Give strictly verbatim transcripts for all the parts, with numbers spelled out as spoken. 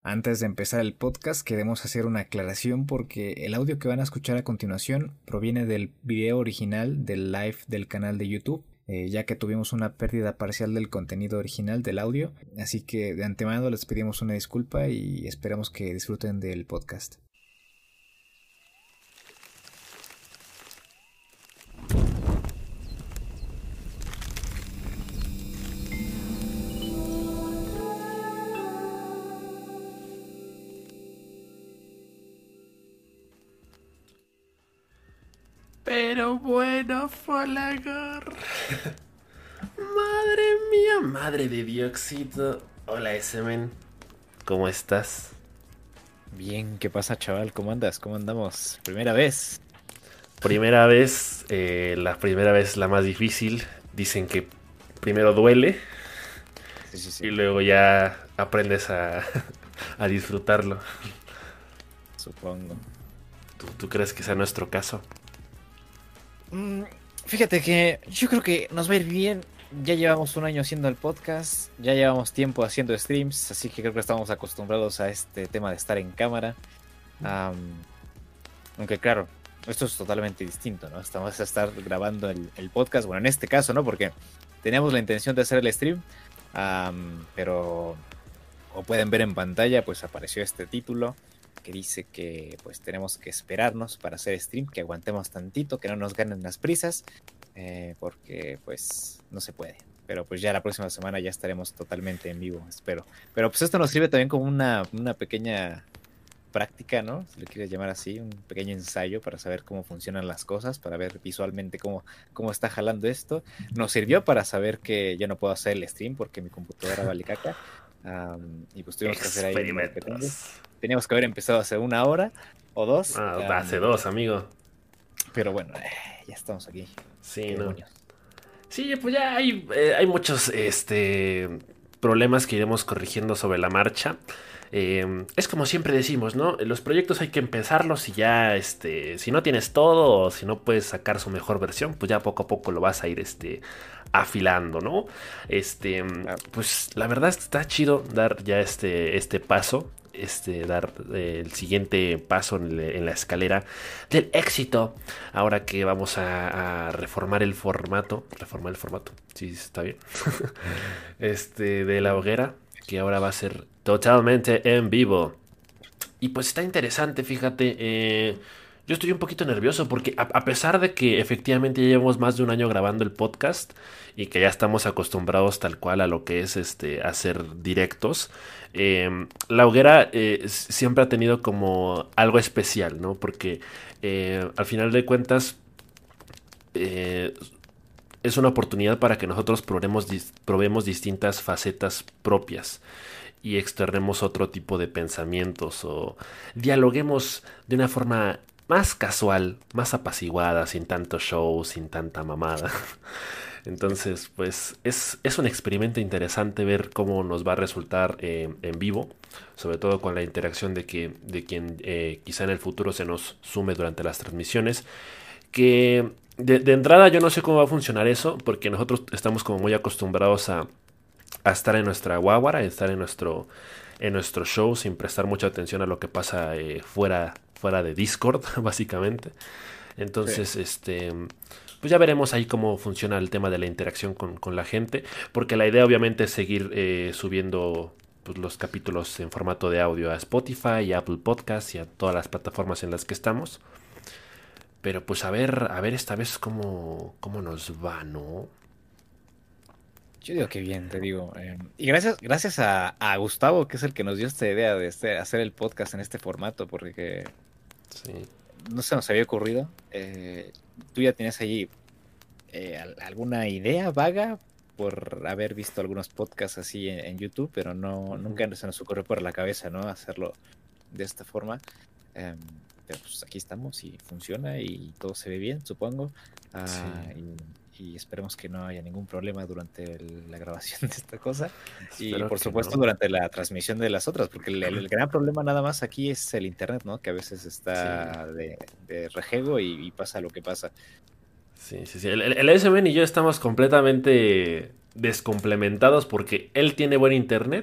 Antes de empezar el podcast, queremos hacer una aclaración porque el audio que van a escuchar a continuación proviene del video original del live del canal de YouTube, eh, ya que tuvimos una pérdida parcial del contenido original del audio. Así que de antemano les pedimos una disculpa y esperamos que disfruten del podcast. Pero bueno, Folagar. Madre mía, madre de dióxido. Hola, S-Men. ¿Cómo estás? Bien, ¿qué pasa, chaval? ¿Cómo andas? ¿Cómo andamos? Primera vez. Primera vez, eh, la primera vez la más difícil. Dicen que primero duele Sí, sí, sí. y luego ya aprendes a, a disfrutarlo. Supongo. ¿Tú, ¿Tú crees que sea nuestro caso? Mm, Fíjate que yo creo que nos va a ir bien. Ya llevamos un año haciendo el podcast, ya llevamos tiempo haciendo streams, así que creo que estamos acostumbrados a este tema de estar en cámara. Am, Aunque claro, esto es totalmente distinto, ¿no? Estamos a estar grabando el, el podcast, bueno, en este caso, ¿no? Porque teníamos la intención de hacer el stream, am, pero como pueden ver en pantalla, pues apareció este título que dice que pues tenemos que esperarnos para hacer stream, que aguantemos tantito, que no nos ganen las prisas, eh, porque pues no se puede. Pero pues ya la próxima semana ya estaremos totalmente en vivo, espero. Pero pues esto nos sirve también como una, una pequeña práctica, ¿no? Si le quieres llamar así, un pequeño ensayo para saber cómo funcionan las cosas, para ver visualmente cómo, cómo está jalando esto. Nos sirvió para saber que yo no puedo hacer el stream porque mi computadora vale caca. Um, y pues tuvimos que hacer ahí un marketing. Experimentos. Teníamos que haber empezado hace una hora o dos. Ah, hace Um, dos, amigo. pero bueno, eh, ya estamos aquí. Sí, ¿Qué no. demonios? Sí, pues ya hay, eh, hay muchos este, problemas que iremos corrigiendo sobre la marcha. Eh, es como siempre decimos, ¿no? Los proyectos hay que empezarlos y ya, este, si no tienes todo o si no puedes sacar su mejor versión, pues ya poco a poco lo vas a ir, este, afilando, ¿no? Este, Claro. pues la verdad está chido dar ya este, este paso. Este, dar eh, el siguiente paso en, le- en la escalera del éxito. Ahora que vamos a, a reformar el formato. Reformar el formato. Sí, está bien. Este, de la hoguera. Que ahora va a ser totalmente en vivo. Y pues está interesante, fíjate. eh, yo estoy un poquito nervioso porque a, a pesar de que efectivamente ya llevamos más de un año grabando el podcast y que ya estamos acostumbrados tal cual a lo que es este hacer directos, eh, la hoguera eh, s- siempre ha tenido como algo especial, ¿no? Porque eh, al final de cuentas eh, es una oportunidad para que nosotros probemos, dis- probemos distintas facetas propias y externemos otro tipo de pensamientos o dialoguemos de una forma más casual, más apaciguada, sin tanto show, sin tanta mamada. Entonces, pues es, es un experimento interesante ver cómo nos va a resultar eh, en vivo, sobre todo con la interacción de, que, de quien eh, quizá en el futuro se nos sume durante las transmisiones, que de, de entrada yo no sé cómo va a funcionar eso, porque nosotros estamos como muy acostumbrados a a estar en nuestra guaguara, a estar en nuestro, en nuestro show sin prestar mucha atención a lo que pasa eh, fuera, fuera de Discord, básicamente. Sí. Entonces, este, pues ya veremos ahí cómo funciona el tema de la interacción con, con la gente, porque la idea obviamente es seguir eh, subiendo pues, los capítulos en formato de audio a Spotify y a Apple Podcasts y a todas las plataformas en las que estamos. Pero pues a ver, a ver esta vez cómo, cómo nos va, ¿no? Yo digo que bien, te digo. Eh, y gracias, gracias a, a Gustavo, que es el que nos dio esta idea de este- hacer el podcast en este formato, porque Sí. no se nos había ocurrido. Eh, tú ya tenías allí eh, al- alguna idea vaga por haber visto algunos podcasts así en, en YouTube, pero no, Ujú. nunca se nos ocurrió por la cabeza, ¿no? Hacerlo de esta forma. Em, pero pues aquí estamos y funciona y todo se ve bien, supongo. Sí, Ah, y, y esperemos que no haya ningún problema durante el- la grabación de esta cosa. Y espero por que supuesto no. durante la transmisión de las otras, porque el, el gran problema nada más aquí es el internet, ¿no? Que a veces Sí, está de, de rejego y, y pasa lo que pasa. sí, sí, sí. El, el, el S M N y yo estamos completamente descomplementados porque él tiene buen internet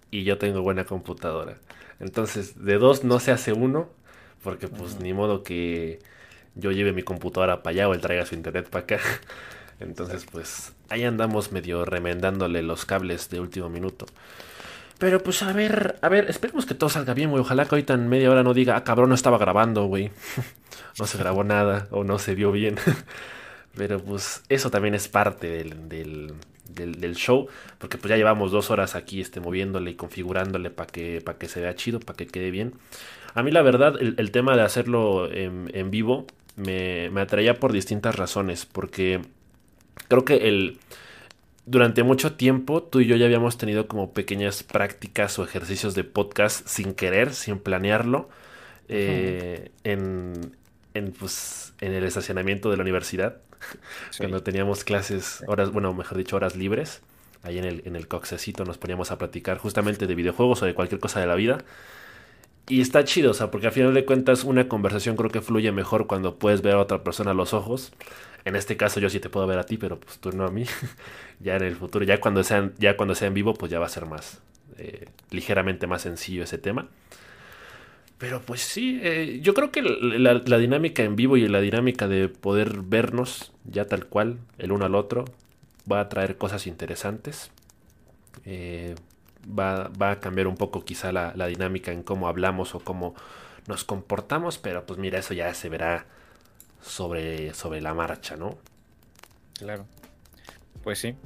y yo tengo buena computadora. Entonces, de dos no se hace uno, porque pues Ujú. ni modo que yo lleve mi computadora para allá o él traiga su internet para acá. Entonces, Exacto. pues ahí andamos medio remendándole los cables de último minuto. Pero pues a ver, a ver, esperemos que todo salga bien, güey. Ojalá que ahorita en media hora no diga, ah, cabrón, no estaba grabando, güey. No se grabó nada o no se vio bien. Pero pues eso también es parte del, del, del, del show, porque pues ya llevamos dos horas aquí este, moviéndole y configurándole para que, para que se vea chido, para que quede bien. A mí la verdad, el, el tema de hacerlo en, en vivo me, me atraía por distintas razones, porque creo que el, durante mucho tiempo tú y yo ya habíamos tenido como pequeñas prácticas o ejercicios de podcast sin querer, sin planearlo, Ujú. eh, en, en, pues, en el estacionamiento de la universidad, Sí. cuando teníamos clases, Sí. horas, bueno, mejor dicho, horas libres. Ahí en el, en el coxecito nos poníamos a platicar justamente de videojuegos o de cualquier cosa de la vida. Y está chido, o sea, porque al final de cuentas una conversación creo que fluye mejor cuando puedes ver a otra persona a los ojos. En este caso yo sí te puedo ver a ti, pero pues tú no a mí. Ya en el futuro, ya cuando sean, ya cuando sea en vivo, pues ya va a ser más eh, ligeramente más sencillo ese tema. Pero pues sí, eh, yo creo que la, la dinámica en vivo y la dinámica de poder vernos ya tal cual, el uno al otro, va a traer cosas interesantes. Eh, va, va a cambiar un poco quizá la, la dinámica en cómo hablamos o cómo nos comportamos, pero pues mira, eso ya se verá sobre, sobre la marcha, ¿no? Claro. Pues sí.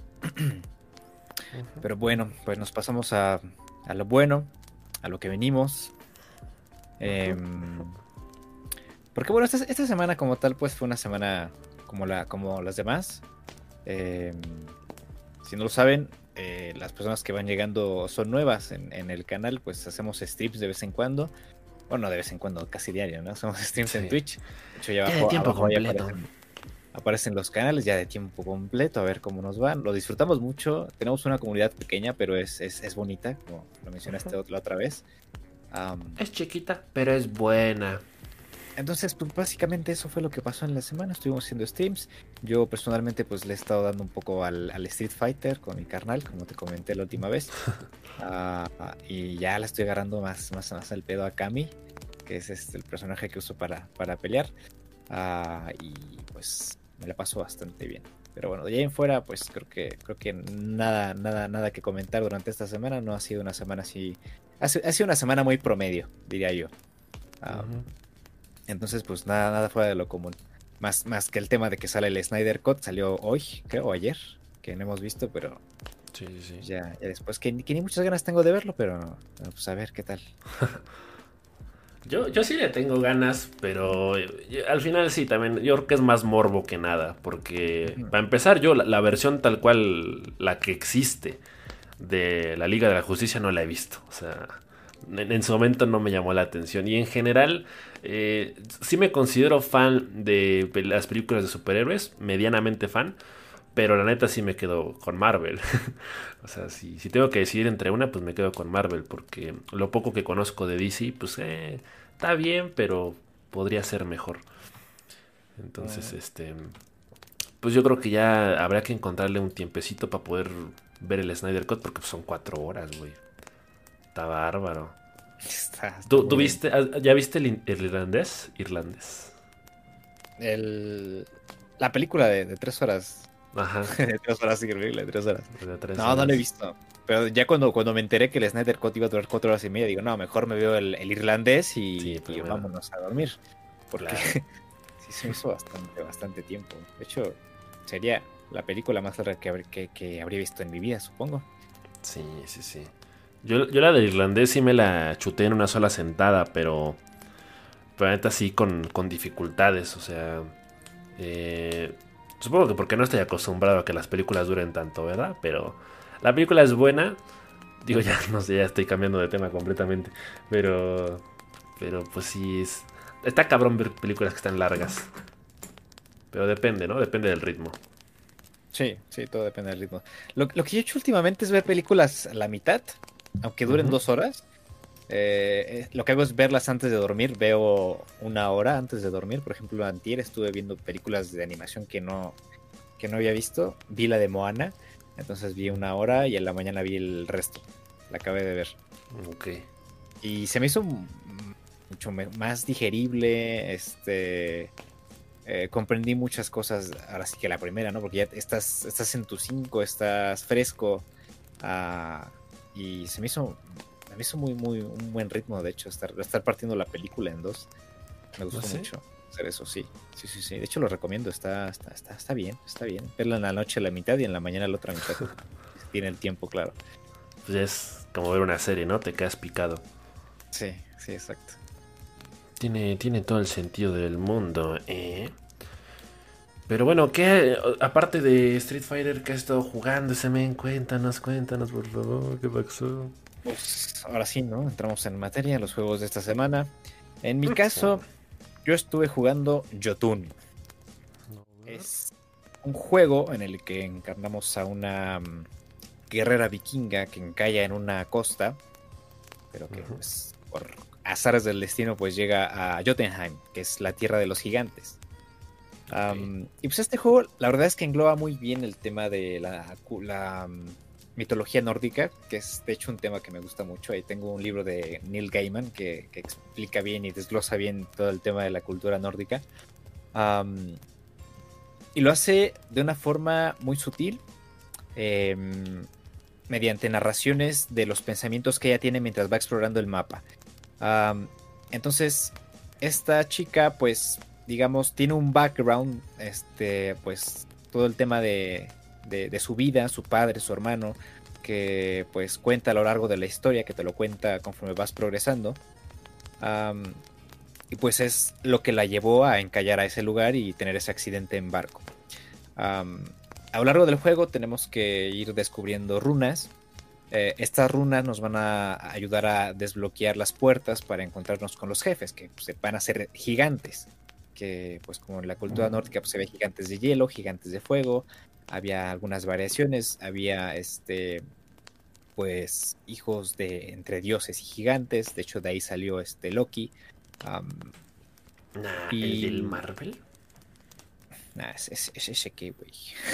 Pero bueno, pues nos pasamos a, a lo bueno, a lo que venimos. Ujú. Em, porque bueno, esta, esta semana como tal, pues fue una semana como, la, como las demás. Em, si no lo saben, eh, las personas que van llegando son nuevas en, en el canal, pues hacemos streams de vez en cuando. Bueno, de vez en cuando, casi diario, ¿no? Hacemos streams en Sí. Twitch. De hecho, ya Ya de abajo, tiempo abajo ahí completo. aparecen, aparecen los canales ya de tiempo completo, a ver cómo nos van. Lo disfrutamos mucho. Tenemos una comunidad pequeña, pero es, es, es bonita, como lo mencionaste la otra vez. Am, Es chiquita, pero es buena. entonces, pues básicamente eso fue lo que pasó en la semana. Estuvimos haciendo streams. Yo personalmente, pues le he estado dando un poco al, al Street Fighter con mi carnal, como te comenté la última vez. Ah, ah, y ya la estoy agarrando más, más, más al pedo a Kami, que es este, el personaje que uso para, para pelear. Ah, y pues me la paso bastante bien. Pero bueno, de ahí en fuera, pues creo que, creo que nada, nada, nada que comentar durante esta semana. No ha sido una semana así. Ha, si- ha sido una semana muy promedio, diría yo. Ah, Ujú. entonces, pues nada, nada fuera de lo común. Más, más que el tema de que sale el Snyder Cut, salió hoy, creo, o ayer, que no hemos visto, pero Sí, sí, sí. ya, ya después, que, ni- que ni muchas ganas tengo de verlo, pero pero, pues a ver qué tal. Yo, yo sí le tengo ganas, pero eh, al final sí, también yo creo que es más morbo que nada, porque Ujú. para empezar yo la, la versión tal cual, la que existe de la Liga de la Justicia no la he visto, o sea, en, en su momento no me llamó la atención y en general eh, sí me considero fan de pe- las películas de superhéroes, medianamente fan, pero la neta sí me quedo con Marvel. O sea, si, si tengo que decidir entre una, pues me quedo con Marvel, porque lo poco que conozco de D C, pues eh, está bien, pero podría ser mejor. Entonces, Mm. este, pues yo creo que ya habrá que encontrarle un tiempecito para poder ver el Snyder Cut, porque pues, son cuatro horas, güey. Está bárbaro. Está, está ¿Tú, tú muy lento. viste, ah, ya viste el, in- el irlandés? Irlandés. El, la película de, de tres horas, Ajá, de tres horas increíble, de tres horas. de tres No, no lo he horas. visto. Pero ya cuando, cuando me enteré que el Snyder Cut iba a durar cuatro horas y media, digo, no, mejor me veo el, el irlandés Sí, y, y primero. vámonos a dormir. Porque Claro. sí se me hizo bastante, bastante tiempo. De hecho, sería la película más larga que, habr- que, que habría visto en mi vida, supongo. Sí, sí, sí. Yo, yo la del irlandés sí me la chuté en una sola sentada, pero, pero neta sí con, con dificultades, o sea, eh, supongo que porque no estoy acostumbrado a que las películas duren tanto, ¿verdad? Pero la película es buena, digo ya, no sé, ya estoy cambiando de tema completamente, pero, pero pues sí, es, está cabrón ver películas que están largas, pero depende, ¿no? Depende del ritmo. Sí, sí, todo depende del ritmo. Lo, lo que yo he hecho últimamente es ver películas a la mitad, aunque duren Ujú. dos horas. Eh, eh, lo que hago es verlas antes de dormir. Veo una hora antes de dormir. Por ejemplo, antier estuve viendo películas de animación que no, que no había visto. Vi la de Moana, entonces vi una hora y en la mañana vi el resto. la acabé de ver. Ok. Y se me hizo mucho más digerible, este... Eh, comprendí muchas cosas, ahora sí que la primera, ¿no? Porque ya estás, estás en tu cinco, estás fresco, uh, y se me hizo, me hizo muy, muy, un buen ritmo, de hecho, estar, estar partiendo la película en dos. Me gustó ¿Ah, sí? mucho hacer eso, sí. Sí, sí, sí. De hecho, lo recomiendo, está, está, está, está bien, está bien. Verla en la noche la mitad y en la mañana la otra mitad. Si tiene el tiempo, claro. Pues es como ver una serie, ¿no? Te quedas picado. Sí, sí, exacto. Tiene, tiene todo el sentido del mundo, ¿eh? Pero bueno, ¿qué? Aparte de Street Fighter, ¿qué has estado jugando ese men? Cuéntanos, cuéntanos, por favor, ¿qué pasó? Pues ahora sí, ¿no? Entramos en materia, los juegos de esta semana. En mi caso, yo estuve jugando Jotun. Es un juego en el que encarnamos a una um, guerrera vikinga que encalla en una costa, pero que Uh-huh. pues por azares del destino pues llega a Jotunheim, que es la tierra de los gigantes. Okay. Um, y pues este juego, la verdad es que engloba muy bien el tema de la, la um, mitología nórdica, que es de hecho un tema que me gusta mucho. Ahí tengo un libro de Neil Gaiman que, que explica bien y desglosa bien todo el tema de la cultura nórdica. Um, y lo hace de una forma muy sutil, eh, mediante narraciones de los pensamientos que ella tiene mientras va explorando el mapa. Um, entonces, esta chica, pues, digamos, tiene un background, este, pues, todo el tema de, de, de su vida, su padre, su hermano, que pues cuenta a lo largo de la historia, que te lo cuenta conforme vas progresando. Um, y pues es lo que la llevó a encallar a ese lugar y tener ese accidente en barco. Um, a lo largo del juego tenemos que ir descubriendo runas. Eh, estas runas nos van a ayudar a desbloquear las puertas para encontrarnos con los jefes, que pues, van a ser gigantes. Que pues como en la cultura nórdica pues, se ve gigantes de hielo, gigantes de fuego. Había algunas variaciones. Había este pues hijos de entre dioses y gigantes. De hecho de ahí salió este Loki. Um, Nah, ¿el del y Marvel? Nah, es, es, es ese que, güey.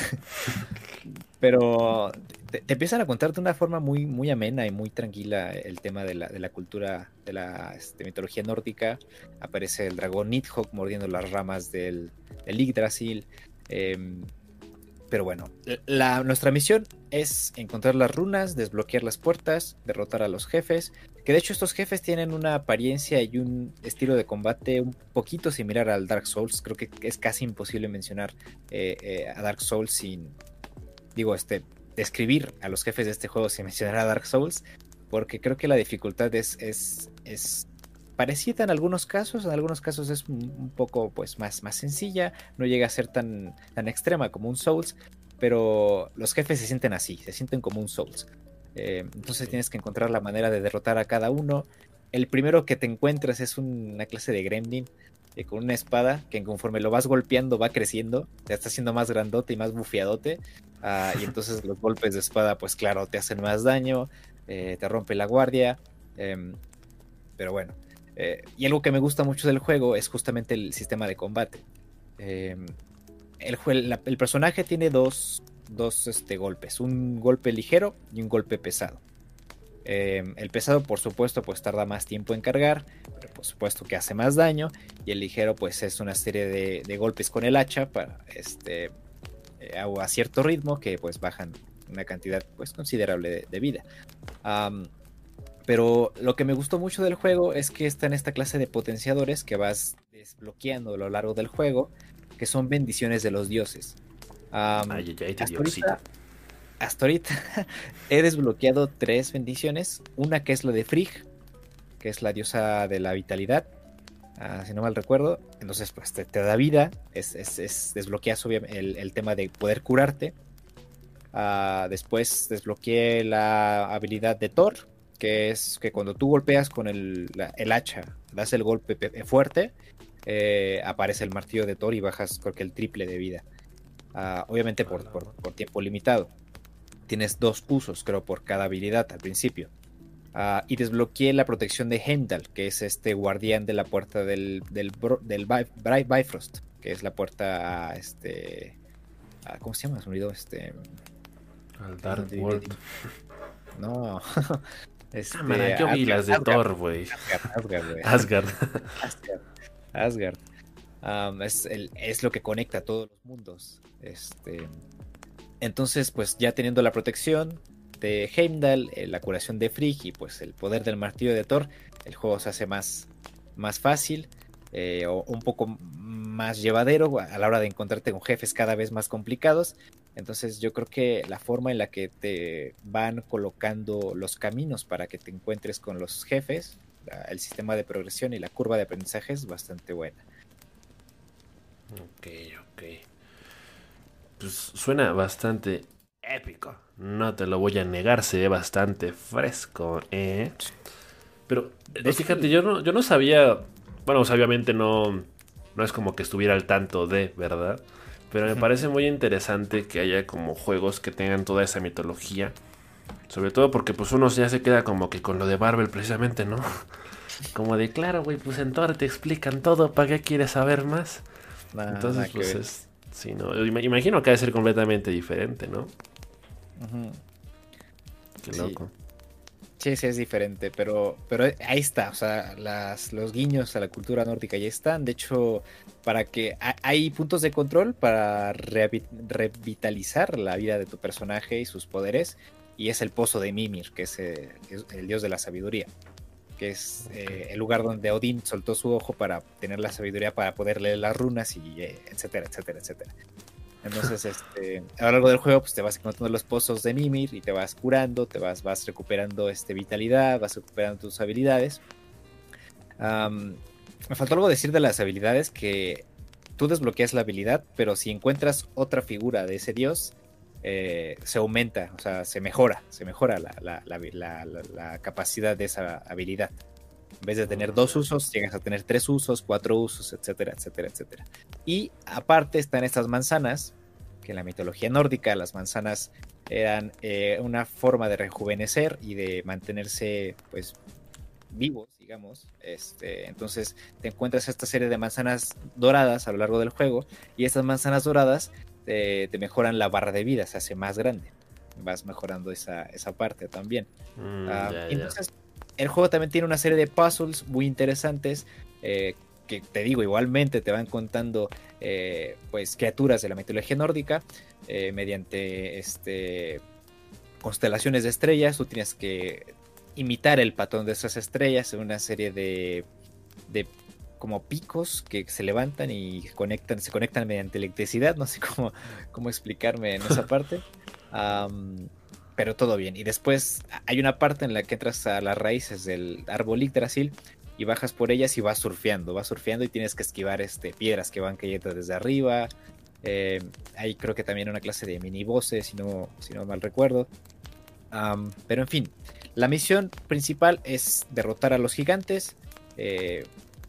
Pero te, te empiezan a contar de una forma muy, muy amena y muy tranquila el tema de la, de la cultura, de la este, mitología nórdica. Aparece el dragón Nidhogg mordiendo las ramas del, del Yggdrasil. Eh, pero bueno, la, nuestra misión es encontrar las runas, desbloquear las puertas, derrotar a los jefes. Que de hecho estos jefes tienen una apariencia y un estilo de combate un poquito similar al Dark Souls. Creo que es casi imposible mencionar eh, eh, a Dark Souls sin, digo, este, describir a los jefes de este juego sin mencionar a Dark Souls. Porque creo que la dificultad es, es, es parecida en algunos casos, en algunos casos es un poco pues más, más sencilla, no llega a ser tan, tan extrema como un Souls, pero los jefes se sienten así, se sienten como un Souls. Eh, entonces Okay. tienes que encontrar la manera de derrotar a cada uno. El primero que te encuentras es un, una clase de gremlin eh, con una espada que conforme lo vas golpeando va creciendo, te está haciendo más grandote y más bufiadote, uh, y entonces los golpes de espada pues claro te hacen más daño, eh, te rompe la guardia, eh, pero bueno. Eh, y algo que me gusta mucho del juego es justamente el sistema de combate. Eh, el, la, el, personaje tiene dos, dos este, golpes, un golpe ligero y un golpe pesado. Eh, el pesado, por supuesto, pues tarda más tiempo en cargar, pero por supuesto que hace más daño. Y el ligero, pues es una serie de, de golpes con el hacha para este eh, a cierto ritmo que pues bajan una cantidad pues considerable de, de vida. Um, Pero lo que me gustó mucho del juego es que está en esta clase de potenciadores que vas desbloqueando a lo largo del juego, que son bendiciones de los dioses. Um, Ay, ay, ay, te hasta dio ahorita, cosita. hasta ahorita he desbloqueado tres bendiciones. Una que es la de Frigg, que es la diosa de la vitalidad, uh, si no mal recuerdo. Entonces, pues te, te da vida. Es, es, es desbloqueas obviamente el, el tema de poder curarte. Uh, después desbloqueé la habilidad de Thor, que es que cuando tú golpeas con el, la, el hacha, das el golpe fuerte, eh, aparece el martillo de Thor y bajas creo que el triple de vida. Uh, obviamente por, por, por tiempo limitado. Tienes dos usos, creo, por cada habilidad al principio. Uh, y desbloqueé la protección de Heimdall, que es este guardián de la puerta del, del, del Bifrost, que es la puerta a este... A, ¿cómo se llama? Se me olvidó este... Al Dark World. No. Cámara, Este, yo vi Asgard, las de Asgard, Thor, güey. Asgard, Asgard, güey. Asgard. Asgard, Asgard. Am, es, el, es lo que conecta a todos los mundos. Este, entonces, pues ya teniendo la protección de Heimdall, eh, la curación de Frigg y pues el poder del martillo de Thor, el juego se hace más, más fácil, eh, o un poco más llevadero a la hora de encontrarte con jefes cada vez más complicados. Entonces yo creo que la forma en la que te van colocando los caminos para que te encuentres con los jefes, la- el sistema de progresión y la curva de aprendizaje es bastante buena. Ok, ok. Pues suena bastante épico. No te lo voy a negar, se ve bastante fresco, ¿eh? Pero De eh, hecho, fíjate, yo no, yo no sabía. Bueno, pues, obviamente no, no es como que estuviera al tanto de, ¿verdad? Pero me ujú. parece muy interesante que haya como juegos que tengan toda esa mitología. Sobre todo porque pues uno ya se queda como que con lo de Marvel precisamente, ¿no? Como de, claro, güey, pues en Thor te explican todo, ¿para qué quieres saber más? Nada, Entonces, nada que pues ver. es... Sí, no, ima- imagino que ha de ser completamente diferente, ¿no? Ujú. Qué Sí, loco. sí, sí es diferente, pero, pero ahí está, o sea, las, los guiños a la cultura nórdica ya están. De hecho, para que ha- hay puntos de control para rehabi- revitalizar la vida de tu personaje y sus poderes, y es el pozo de Mimir, que es, eh, es el dios de la sabiduría, que es Ok. eh, el lugar donde Odín soltó su ojo para tener la sabiduría para poder leer las runas y eh, etcétera, etcétera, etcétera. Entonces, este, a lo largo del juego, pues te vas encontrando los pozos de Mimir y te vas curando, te vas, vas recuperando este, vitalidad, vas recuperando tus habilidades. Am, Me faltó algo decir de las habilidades, que tú desbloqueas la habilidad, pero si encuentras otra figura de ese dios, eh, se aumenta, o sea, se mejora, se mejora la, la, la, la, la- la capacidad de esa habilidad. En vez de tener Mm, dos ya. usos, llegas a tener tres usos, cuatro usos, etcétera, etcétera, etcétera. Y aparte están estas manzanas, que en la mitología nórdica las manzanas eran eh, una forma de rejuvenecer y de mantenerse pues vivos, digamos. Este, entonces te encuentras esta serie de manzanas doradas a lo largo del juego y estas manzanas doradas te, te mejoran la barra de vida, se hace más grande. Vas mejorando esa, esa parte también. Mm, Uh, ya, ya. entonces, el juego también tiene una serie de puzzles muy interesantes. Eh, que te digo, igualmente te van contando eh, pues criaturas de la mitología nórdica eh, mediante este, constelaciones de estrellas. Tú tienes que imitar el patrón de esas estrellas en una serie de, de como picos que se levantan y conectan, se conectan mediante electricidad. No sé cómo, cómo explicarme en esa parte. Um, pero todo bien. Y después hay una parte en la que entras a las raíces del árbol Yggdrasil y bajas por ellas y vas surfeando, vas surfeando y tienes que esquivar este, piedras que van cayendo desde arriba. Eh, hay creo que también una clase de mini bosses, si no, si no mal recuerdo. Um, pero en fin, la misión principal es derrotar a los gigantes. Eh,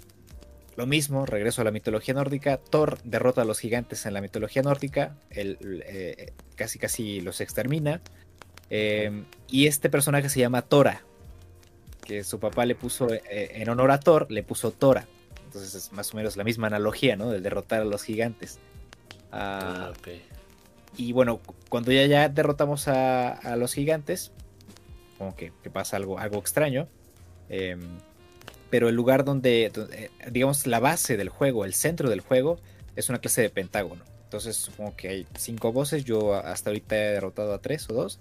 lo mismo, regreso a la mitología nórdica. Thor derrota a los gigantes en la mitología nórdica. Él eh, casi casi los extermina. Ok. Eh, y este personaje se llama Tora, que su papá le puso, eh, en honor a Thor, le puso Tora. Entonces es más o menos la misma analogía, ¿no? Del derrotar a los gigantes. Ah, Uh, ok. y bueno, cuando ya, ya derrotamos a, a los gigantes, como que, que pasa algo, algo extraño. Eh, pero el lugar donde, donde, digamos, la base del juego, el centro del juego, es una clase de pentágono. Entonces supongo que hay cinco voces. Yo hasta ahorita he derrotado a tres o dos.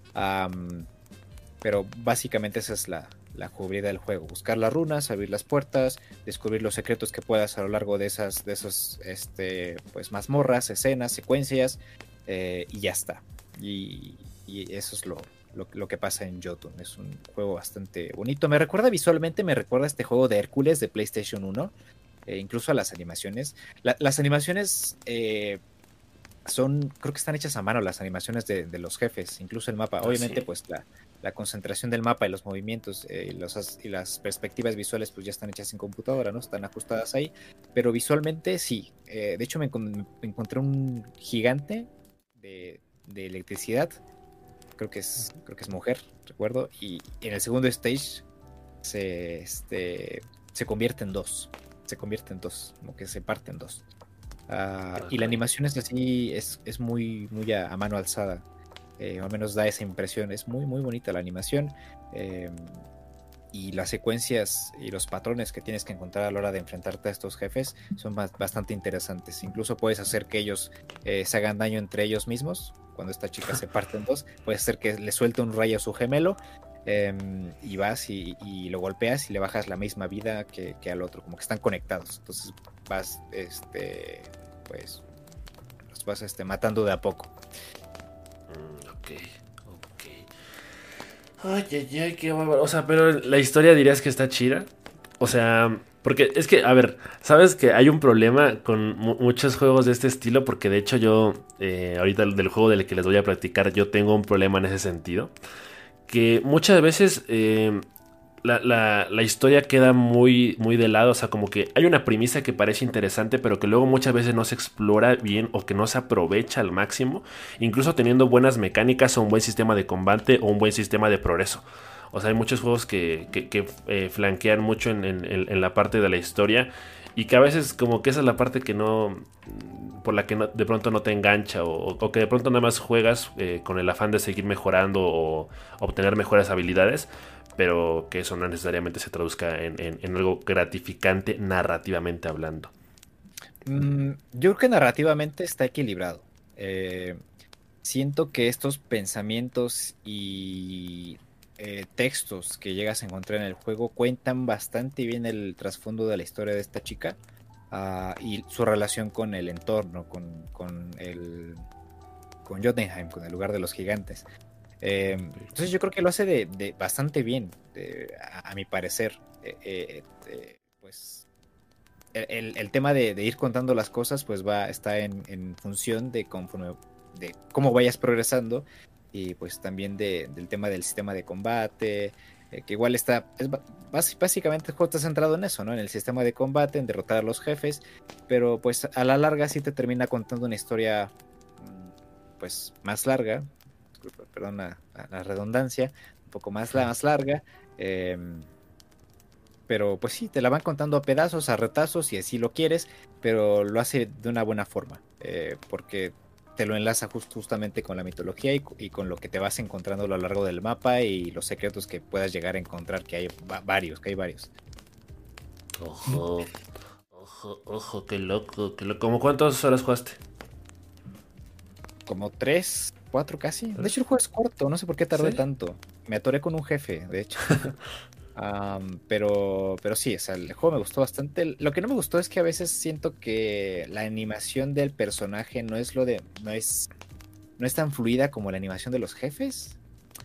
Um, pero básicamente esa es la, la jugabilidad del juego. Buscar las runas, abrir las puertas, descubrir los secretos que puedas a lo largo de esas, de esos, este, pues mazmorras, escenas, secuencias, eh, y ya está. Y, y eso es lo, lo, lo, que pasa en Jotun. Es un juego bastante bonito. Me recuerda visualmente, me recuerda a este juego de Hércules de PlayStation uno. Eh, incluso a las animaciones. La, las animaciones eh, son, creo que están hechas a mano las animaciones de, de los jefes, incluso el mapa. Ah, Obviamente, sí. pues la, la concentración del mapa y los movimientos eh, y, los, y las perspectivas visuales, pues ya están hechas en computadora, ¿no? Están ajustadas ahí. Pero visualmente sí. Eh, de hecho, me, me, encontré un gigante de, de electricidad. Creo que es, creo que es mujer, recuerdo. Y en el segundo stage se, este, se convierte en dos. Se convierte en dos, como que se parte en dos. Uh, y Ok. la animación es así, es, es muy, muy a, a mano alzada. eh, o al menos da esa impresión. Es muy muy bonita la animación, eh, y las secuencias y los patrones que tienes que encontrar a la hora de enfrentarte a estos jefes son bastante interesantes. Incluso puedes hacer que ellos eh, se hagan daño entre ellos mismos. Cuando esta chica se parte en dos, puedes hacer que le suelte un rayo a su gemelo, eh, y vas y, y lo golpeas y le bajas la misma vida que, que al otro, como que están conectados. Entonces vas, este, pues, los vas este, matando de a poco. Mm, ok, ok. Ay, ay, ay, qué bárbaro. O sea, pero la historia dirías que está chida. O sea, porque es que, a ver, sabes que hay un problema con mu- muchos juegos de este estilo, porque de hecho yo, eh, ahorita del juego del que les voy a practicar, yo tengo un problema en ese sentido. Que muchas veces eh, la, la- la historia queda muy, muy de lado. O sea, como que hay una premisa que parece interesante, pero que luego muchas veces no se explora bien o que no se aprovecha al máximo, incluso teniendo buenas mecánicas o un buen sistema de combate o un buen sistema de progreso. O sea, hay muchos juegos que, que- que, eh, flanquean mucho en, en- en- en la parte de la historia y que a veces como que esa es la parte que no, por la que no- de pronto no te engancha, o, o que de pronto nada más juegas eh, con el afán de seguir mejorando o obtener mejores habilidades, pero que eso no necesariamente se traduzca en, en- en algo gratificante narrativamente hablando. Mm, yo creo que narrativamente está equilibrado. Eh, Siento que estos pensamientos y eh, textos que llegas a encontrar en el juego cuentan bastante bien el trasfondo de la historia de esta chica, ah, y su relación con el entorno, con, con el con Jotunheim, con el lugar de los gigantes. Eh, entonces yo creo que lo hace de, de bastante bien, de- a, a mi parecer. Eh, eh, eh, pues el, el tema de, de ir contando las cosas pues va, está en, en función de conforme, de cómo vayas progresando, y pues también de, del tema del sistema de combate, eh, que igual está, es, bas- básicamente el juego está centrado en eso, ¿no? En el sistema de combate, en derrotar a los jefes, pero pues a la larga sí te termina contando una historia mm, pues más larga, disculpa, perdón la, la redundancia, un poco más, la, más larga, eh, pero pues sí, te la van contando a pedazos, a retazos, si así lo quieres, pero lo hace de una buena forma, eh, porque te lo enlaza just- justamente con la mitología y, cu- y con lo que te vas encontrando a lo largo del mapa y los secretos que puedas llegar a encontrar, que hay va- varios, que hay varios. Ojo, ojo, ojo, qué loco, qué loco. ¿Cómo cuántas horas jugaste? Como tres, cuatro casi. De hecho, el ¿Tres? juego es corto, no sé por qué tardé ¿Sí? tanto. Me atoré con un jefe, de hecho. Am, pero, pero sí, o sea, el juego me gustó bastante. Lo que no me gustó es que a veces siento que la animación del personaje no es lo de, no es, no es tan fluida como la animación de los jefes.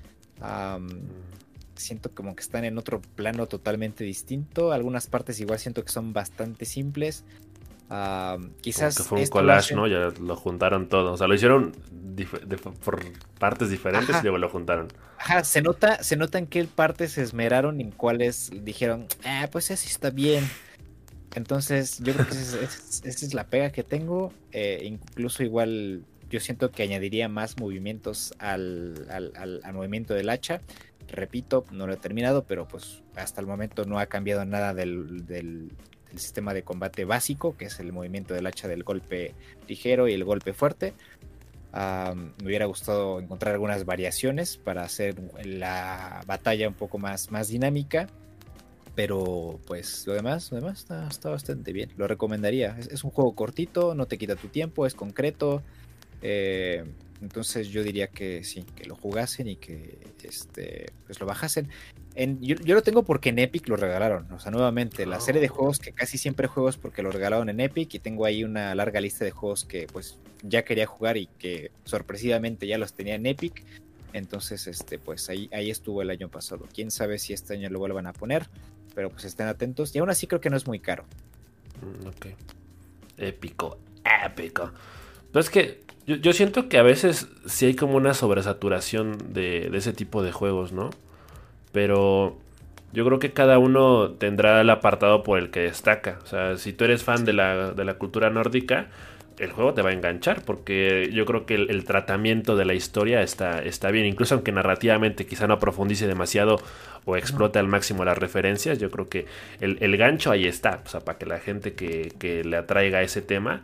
Am, Siento como que están en otro plano totalmente distinto. Algunas partes igual siento que son bastante simples. Am, Como que quizás fue un esto lo collage, ¿no? hacen. Ya lo juntaron todo. O sea, lo hicieron dif- de- por partes diferentes y Ajá, luego lo juntaron. ajá, se nota, se nota en qué partes se esmeraron y en cuáles dijeron, ah, pues así está bien. Entonces, yo creo que esa es, es- esa es la pega que tengo. Eh, incluso igual yo siento que añadiría más movimientos al, al, al- al movimiento del hacha. Repito, no lo he terminado, pero pues hasta el momento no ha cambiado nada del, del- del sistema de combate básico, que es el movimiento del hacha del golpe ligero y el golpe fuerte. Ah, me hubiera gustado encontrar algunas variaciones para hacer la batalla un poco más, más dinámica, pero pues lo demás, lo demás está, está bastante bien. Lo recomendaría. Es, es un juego cortito, no te quita tu tiempo, es concreto. eh, entonces yo diría que sí, que lo jugasen y que este, pues lo bajasen. En, yo, yo lo tengo porque en Epic lo regalaron. O sea, nuevamente, la serie de Oh. juegos que casi siempre juego es porque lo regalaron en Epic, y tengo ahí una larga lista de juegos que pues ya quería jugar y que sorpresivamente ya los tenía en Epic. Entonces, este, pues ahí, ahí estuvo el año pasado. Quién sabe si este año lo vuelvan a poner, pero pues estén atentos. Y aún así creo que no es muy caro. Mm, ok. Épico, épico. Pero es que yo, yo siento que a veces sí hay como una sobresaturación de, de ese tipo de juegos, ¿no? Pero yo creo que cada uno tendrá el apartado por el que destaca. O sea, si tú eres fan de Sí. la, de la cultura nórdica, el juego te va a enganchar porque yo creo que el, el tratamiento de la historia está, está bien. Incluso aunque narrativamente quizá no profundice demasiado o Ujú. explote al máximo las referencias, yo creo que el, el gancho ahí está. O sea, para que la gente que, que le atraiga ese tema,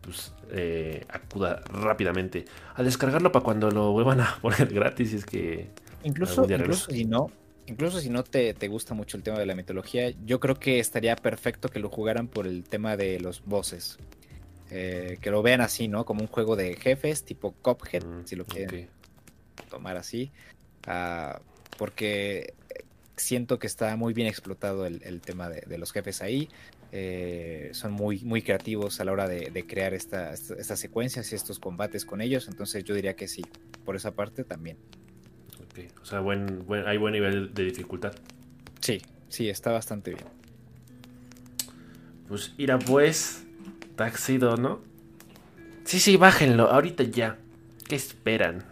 pues eh, acuda rápidamente a descargarlo para cuando lo vuelvan a poner gratis. Y es que algún Incluso, día regresa. incluso si no, incluso si no te, te gusta mucho el tema de la mitología, yo creo que estaría perfecto que lo jugaran por el tema de los bosses. Eh, que lo vean así, ¿no? Como un juego de jefes, tipo Cuphead, Mm, si lo quieren ok. tomar así. Ah, porque siento que está muy bien explotado el, el tema de, de los jefes ahí. Eh, son muy, muy creativos a la hora de, de crear esta, esta- estas secuencias y estos combates con ellos. Entonces yo diría que sí, por esa parte también. Ok. O sea, buen, buen, hay buen nivel de dificultad. Sí, sí, está bastante bien. Pues irá pues. Taxido, ¿no? Sí, sí, bájenlo, ahorita ya. ¿Qué esperan?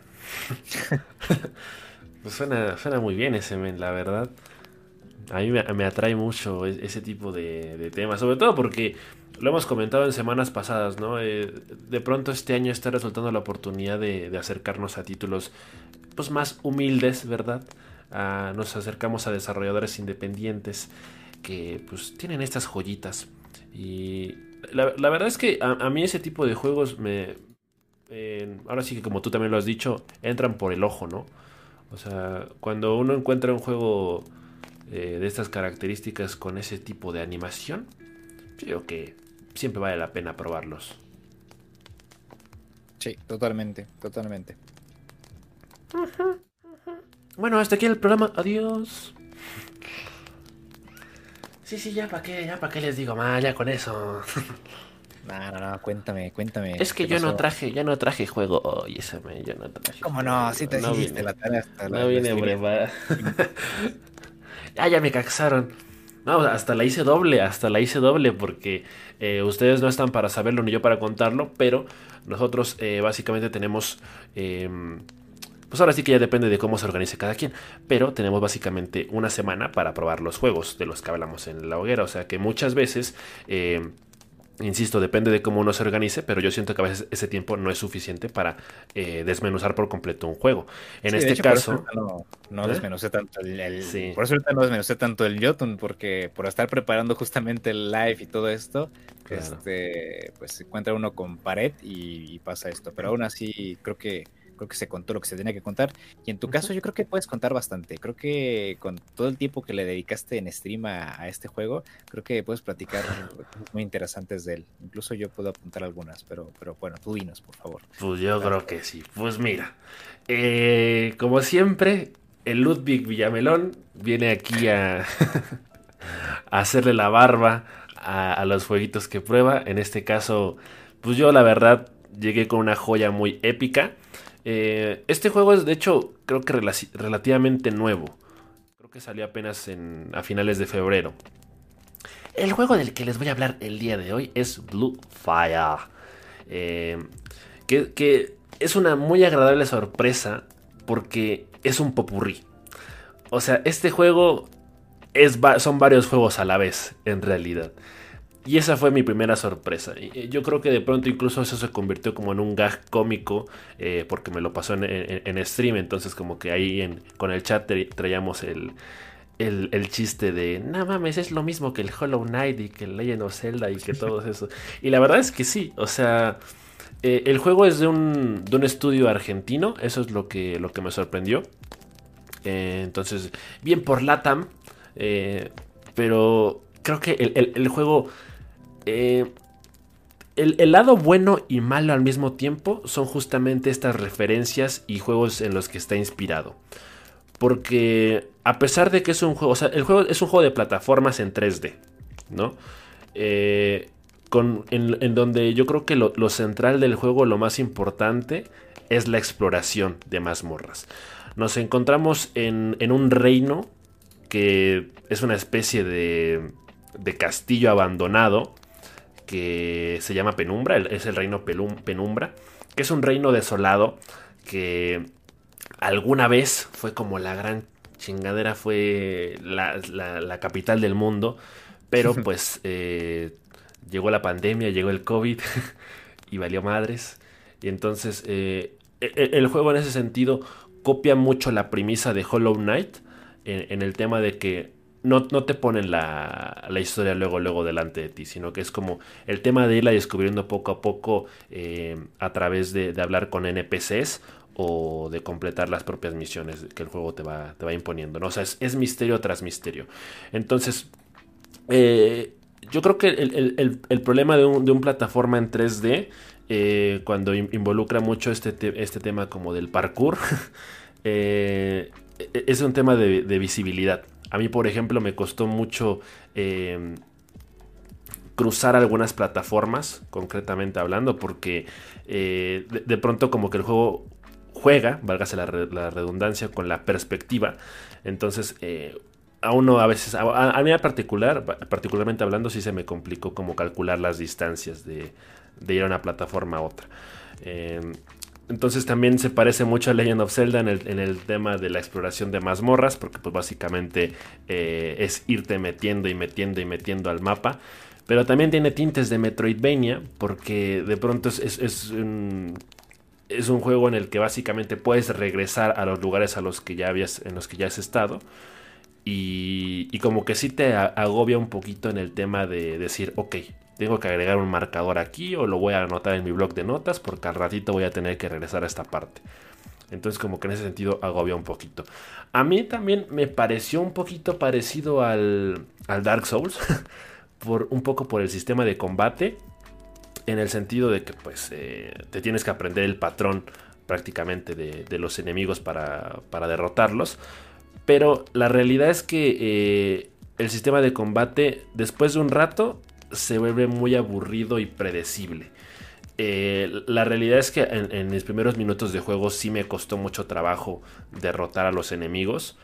Pues suena, suena muy bien ese men, la verdad. A mí me, me atrae mucho e- ese tipo de, de temas, sobre todo porque lo hemos comentado en semanas pasadas, ¿no? Eh, de pronto este año está resultando la oportunidad de, de acercarnos a títulos pues más humildes, ¿verdad? Ah, nos acercamos a desarrolladores independientes que pues tienen estas joyitas. Y la, la verdad es que a, a mí ese tipo de juegos me... eh, ahora sí que como tú también lo has dicho, entran por el ojo, ¿no? O sea, cuando uno encuentra un juego eh, de estas características con ese tipo de animación, creo que siempre vale la pena probarlos. Sí, totalmente, totalmente. Bueno, hasta aquí el programa. Adiós. Sí, sí, ya para qué, ya para qué les digo más, ya con eso. No, no, no, cuéntame, Es cuéntame, que ¿qué yo no pasó? traje, ya no traje juego hoy, ese me, yo no traje ¿Cómo no? juego. Sí te No hiciste vine, la tarea hasta la, no la vine streameaste. preparado. Ah, ya me caxaron. No, hasta la hice doble, hasta la hice doble porque eh, ustedes no están para saberlo ni yo para contarlo, pero nosotros eh, básicamente tenemos, eh, pues ahora sí que ya depende de cómo se organice cada quien, pero tenemos básicamente una semana para probar los juegos de los que hablamos en la hoguera, o sea que muchas veces... Eh, Insisto, depende de cómo uno se organice, pero yo siento que a veces ese tiempo no es suficiente para eh, desmenuzar por completo un juego. En Sí, de este hecho, por eso caso, ahorita no, no ¿eh? desmenuzé tanto el, el- Sí, por eso ahorita no desmenuzé tanto el Jotun, porque por estar preparando justamente el live y todo esto, claro. este, pues se encuentra uno con pared y, y pasa esto. Pero aún así, creo que, creo que se contó lo que se tenía que contar. Y en tu Ujú. caso, yo creo que puedes contar bastante. Creo que con todo el tiempo que le dedicaste en stream a, a este juego, creo que puedes platicar cosas muy interesantes de él. Incluso yo puedo apuntar algunas, pero, pero bueno, tú dinos, por favor. Pues yo Dale. creo que sí. Pues mira, eh, como siempre, el Ludwig Villamelón viene aquí a, a hacerle la barba a, a los jueguitos que prueba. En este caso, pues yo la verdad llegué con una joya muy épica. Eh, este juego es de hecho creo que relaci- relativamente nuevo. Creo que salió apenas en, a finales de febrero. El juego del que les voy a hablar el día de hoy es Blue Fire. Eh, que, que es una muy agradable sorpresa porque es un popurrí. O sea, este juego es, son varios juegos a la vez, en realidad. Y esa fue mi primera sorpresa. Y yo creo que de pronto incluso eso se convirtió como en un gag cómico, eh, porque me lo pasó en, en, en stream. Entonces como que ahí en, con el chat traíamos el, el, el chiste de, no mames, es lo mismo que el Hollow Knight y que el Legend of Zelda y que todo eso. Y la verdad es que sí, o sea... Eh, el juego es de un, de un estudio argentino, eso es lo que, lo que me sorprendió. Eh, entonces, bien por LATAM, eh, pero creo que el, el, el juego... Eh, el, el, lado bueno y malo al mismo tiempo son justamente estas referencias y juegos en los que está inspirado. Porque a pesar de que es un juego, o sea, el juego es un juego de plataformas en tres D, ¿no? Eh, con, en, en, donde yo creo que lo, lo central del juego, lo más importante, es la exploración de mazmorras. Nos encontramos en, en un reino que es una especie de, de castillo abandonado que se llama Penumbra, es el reino Pelum, Penumbra, que es un reino desolado que alguna vez fue como la gran chingadera, fue la, la, la capital del mundo, pero pues eh, llegó la pandemia, llegó el COVID y valió madres. Y entonces eh, el, el juego en ese sentido copia mucho la premisa de Hollow Knight en, en el tema de que no, no te ponen la, la historia luego, luego delante de ti, sino que es como el tema de irla descubriendo poco a poco eh, a través de, de hablar con N P Cs o de completar las propias misiones que el juego te va, te va imponiendo, ¿no? O sea, es, es misterio tras misterio. Entonces, eh, yo creo que el, el, el, el problema de un, de un plataforma en tres D, eh, cuando in, involucra mucho este, te, este tema como del parkour, eh, es un tema de, de visibilidad. A mí, por ejemplo, me costó mucho eh, cruzar algunas plataformas, concretamente hablando, porque eh, de, de pronto como que el juego juega, válgase la, la redundancia, con la perspectiva. Entonces, eh, a uno a veces, a, a mí en particular, particularmente hablando, sí se me complicó como calcular las distancias de, de ir a una plataforma a otra. Eh, Entonces también se parece mucho a Legend of Zelda en el, en el tema de la exploración de mazmorras, porque pues básicamente eh, es irte metiendo y metiendo y metiendo al mapa. Pero también tiene tintes de Metroidvania, porque de pronto es, es, es, un, es un juego en el que básicamente puedes regresar a los lugares a los que ya habías, en los que ya has estado. Y, y como que sí te agobia un poquito en el tema de decir, ok, tengo que agregar un marcador aquí o lo voy a anotar en mi blog de notas porque al ratito voy a tener que regresar a esta parte. Entonces como que en ese sentido agobia un poquito. A mí también me pareció un poquito parecido al, al Dark Souls, por, un poco por el sistema de combate, en el sentido de que pues eh, te tienes que aprender el patrón prácticamente de, de los enemigos para, para derrotarlos. Pero la realidad es que eh, el sistema de combate después de un rato se vuelve muy aburrido y predecible. Eh, la realidad es que en, en mis primeros minutos de juego sí me costó mucho trabajo derrotar a los enemigos.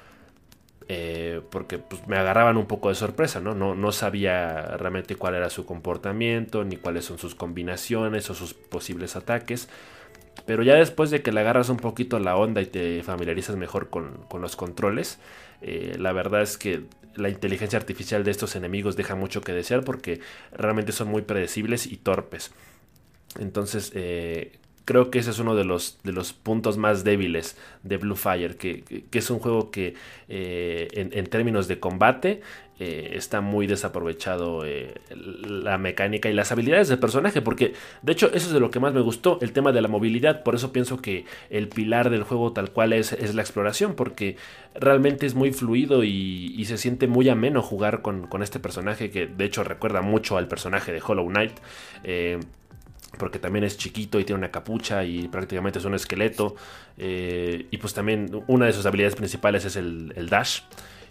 Eh, porque pues, me agarraban un poco de sorpresa, ¿no? ¿no? No sabía realmente cuál era su comportamiento, ni cuáles son sus combinaciones o sus posibles ataques. Pero ya después de que le agarras un poquito la onda y te familiarizas mejor con, con los controles, eh, la verdad es que la inteligencia artificial de estos enemigos deja mucho que desear porque realmente son muy predecibles y torpes. Entonces, eh, creo que ese es uno de los, de los puntos más débiles de Blue Fire, que, que, que es un juego que eh, en, en términos de combate eh, está muy desaprovechado eh, la mecánica y las habilidades del personaje, porque de hecho eso es de lo que más me gustó, el tema de la movilidad. Por eso pienso que el pilar del juego tal cual es, es la exploración, porque realmente es muy fluido y, y se siente muy ameno jugar con, con este personaje, que de hecho recuerda mucho al personaje de Hollow Knight. eh, porque también es chiquito y tiene una capucha y prácticamente es un esqueleto. Eh, y pues también una de sus habilidades principales es el, el dash.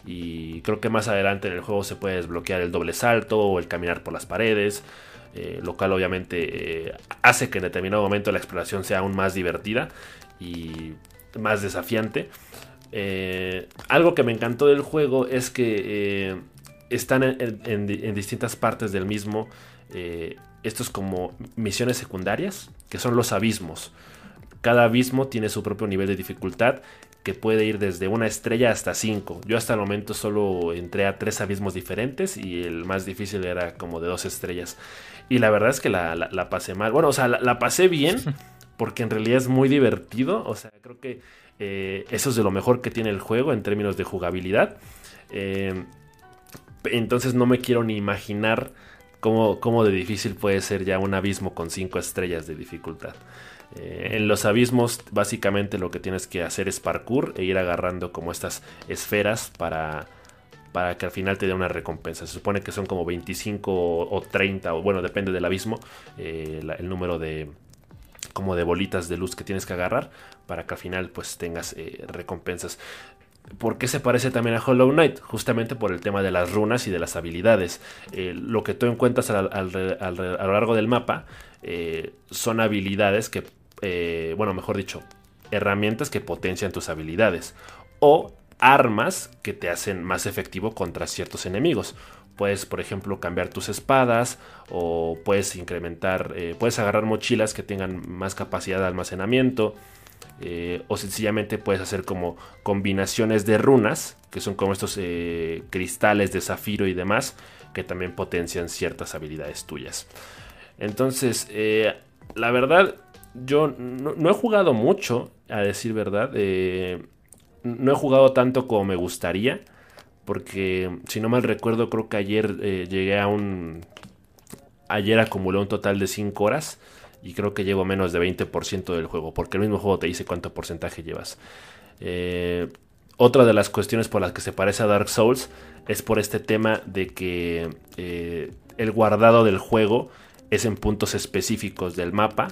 Y creo que más adelante en el juego se puede desbloquear el doble salto o el caminar por las paredes. Eh, lo cual obviamente eh, hace que en determinado momento la exploración sea aún más divertida y más desafiante. Eh, algo que me encantó del juego es que eh, están en, en, en distintas partes del mismo. Eh, estos como misiones secundarias, que son los abismos. Cada abismo tiene su propio nivel de dificultad, que puede ir desde una estrella hasta cinco. Yo hasta el momento solo entré a tres abismos diferentes y el más difícil era como de dos estrellas. Y la verdad es que la, la, la pasé mal. Bueno, o sea, la, la pasé bien porque en realidad es muy divertido. O sea, creo que eh, eso es de lo mejor que tiene el juego en términos de jugabilidad. Eh, entonces no me quiero ni imaginar Cómo, cómo de difícil puede ser ya un abismo con cinco estrellas de dificultad. Eh, en los abismos básicamente lo que tienes que hacer es parkour e ir agarrando como estas esferas para, para que al final te dé una recompensa. Se supone que son como veinticinco o treinta, o bueno, depende del abismo, eh, la, el número de, como de bolitas de luz que tienes que agarrar para que al final pues tengas eh, recompensas. ¿Por qué se parece también a Hollow Knight? Justamente por el tema de las runas y de las habilidades. Eh, lo que tú encuentras al, al, al, a lo largo del mapa eh, son habilidades que, eh, bueno, mejor dicho, herramientas que potencian tus habilidades. O armas que te hacen más efectivo contra ciertos enemigos. Puedes, por ejemplo, cambiar tus espadas o puedes incrementar, eh, puedes agarrar mochilas que tengan más capacidad de almacenamiento. Eh, o sencillamente puedes hacer como combinaciones de runas, que son como estos eh, cristales de zafiro y demás, que también potencian ciertas habilidades tuyas. Entonces, eh, la verdad, yo no, no he jugado mucho, a decir verdad. Eh, no he jugado tanto como me gustaría, porque si no mal recuerdo, creo que ayer eh, llegué a un... Ayer acumulé un total de cinco horas y creo que llevo menos de veinte por ciento del juego, porque el mismo juego te dice cuánto porcentaje llevas. Eh, otra de las cuestiones por las que se parece a Dark Souls es por este tema de que eh, el guardado del juego es en puntos específicos del mapa,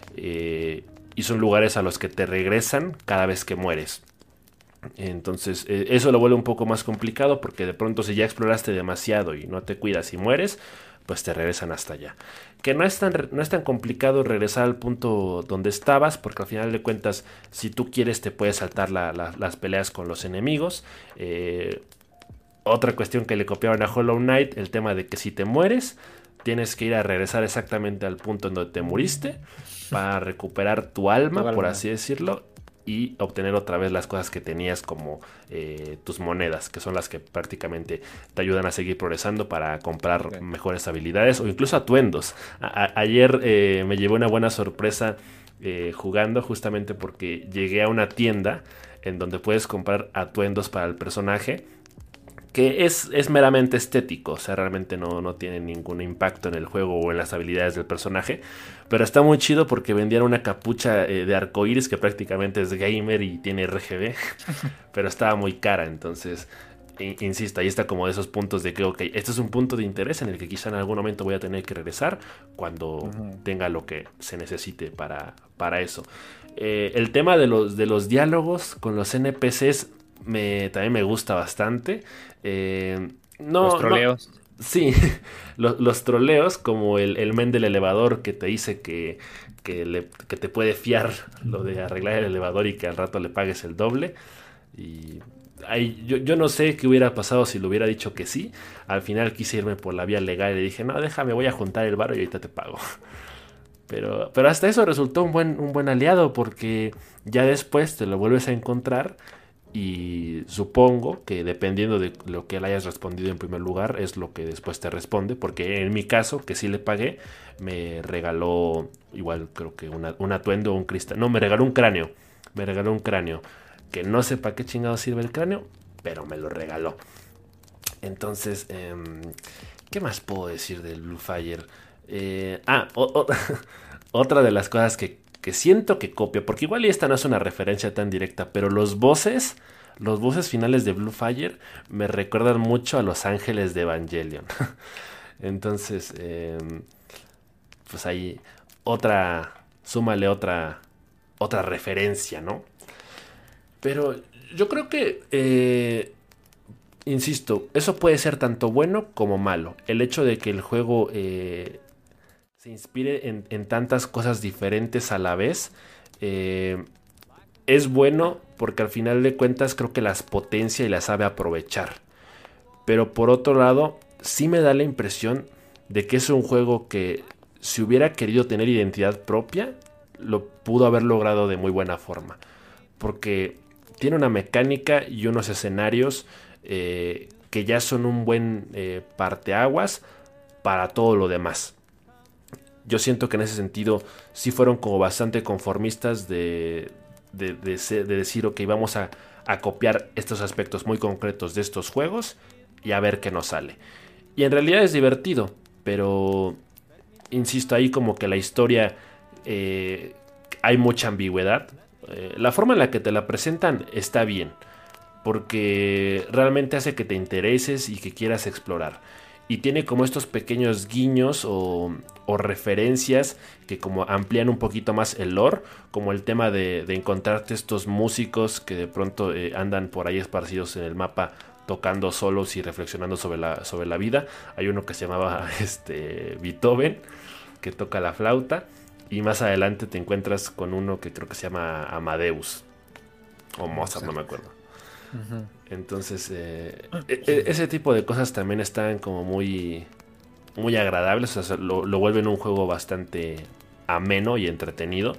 eh, y son lugares a los que te regresan cada vez que mueres. Entonces eh, eso lo vuelve un poco más complicado, porque de pronto si ya exploraste demasiado y no te cuidas y mueres, pues te regresan hasta allá. Que no es tan, no es tan complicado regresar al punto donde estabas, porque al final de cuentas, si tú quieres, te puedes saltar la, la, las peleas con los enemigos. Eh, otra cuestión que le copiaron a Hollow Knight, el tema de que si te mueres, tienes que ir a regresar exactamente al punto en donde te muriste para recuperar tu alma, tu alma. por así decirlo, y obtener otra vez las cosas que tenías, como eh, tus monedas, que son las que prácticamente te ayudan a seguir progresando para comprar okay. mejores habilidades o incluso atuendos. A- a- ayer eh, me llevé una buena sorpresa eh, jugando, justamente porque llegué a una tienda en donde puedes comprar atuendos para el personaje, que es, es meramente estético, o sea, realmente no, no tiene ningún impacto en el juego o en las habilidades del personaje, pero está muy chido porque vendían una capucha eh, de arcoíris que prácticamente es gamer y tiene R G B, pero estaba muy cara. Entonces, in, insisto, ahí está como de esos puntos de que, ok, este es un punto de interés en el que quizá en algún momento voy a tener que regresar cuando uh-huh. tenga lo que se necesite para, para eso. Eh, el tema de los, de los diálogos con los N P Cs me, también me gusta bastante. Eh, no, los troleos. No, sí, los, los troleos, como el, el men del elevador que te dice que, que, le, que te puede fiar lo de arreglar el elevador y que al rato le pagues el doble. Y ahí, yo, yo no sé qué hubiera pasado si le hubiera dicho que sí. Al final quise irme por la vía legal y le dije, no, déjame, voy a juntar el varo y ahorita te pago. Pero, pero hasta eso resultó un buen, un buen aliado, porque ya después te lo vuelves a encontrar. Y supongo que dependiendo de lo que le hayas respondido en primer lugar es lo que después te responde, porque en mi caso, que sí le pagué, me regaló igual creo que una, un atuendo o un cristal. No, me regaló un cráneo. Me regaló un cráneo. Que no sé para qué chingado sirve el cráneo, pero me lo regaló. Entonces, eh, ¿qué más puedo decir del Blue Fire? Eh, ah, o, o, otra de las cosas que que siento que copia, porque igual y esta no es una referencia tan directa, pero los bosses, los bosses finales de Blue Fire me recuerdan mucho a los ángeles de Evangelion. Entonces, eh, pues ahí otra, súmale otra, otra referencia, ¿no? Pero yo creo que, eh, insisto, eso puede ser tanto bueno como malo. El hecho de que el juego Eh, se inspire en, en tantas cosas diferentes a la vez, eh, es bueno, porque al final de cuentas creo que las potencia y las sabe aprovechar. Pero por otro lado, sí me da la impresión de que es un juego que, si hubiera querido tener identidad propia, lo pudo haber logrado de muy buena forma, porque tiene una mecánica y unos escenarios eh, que ya son un buen eh, parteaguas para todo lo demás. Yo siento que en ese sentido sí fueron como bastante conformistas de, de, de, de, de decir, ok, vamos a, a copiar estos aspectos muy concretos de estos juegos y a ver qué nos sale. Y en realidad es divertido, pero insisto, ahí como que la historia eh, hay mucha ambigüedad. Eh, la forma en la que te la presentan está bien, porque realmente hace que te intereses y que quieras explorar. Y tiene como estos pequeños guiños o, o referencias que como amplían un poquito más el lore, como el tema de, de encontrarte estos músicos que de pronto eh, andan por ahí esparcidos en el mapa tocando solos y reflexionando sobre la, sobre la vida. Hay uno que se llamaba este, Beethoven, que toca la flauta, y más adelante te encuentras con uno que creo que se llama Amadeus o Mozart, no me acuerdo. Uh-huh. Entonces eh, e- ese tipo de cosas también están como muy muy agradables, o sea, lo, lo vuelven un juego bastante ameno y entretenido.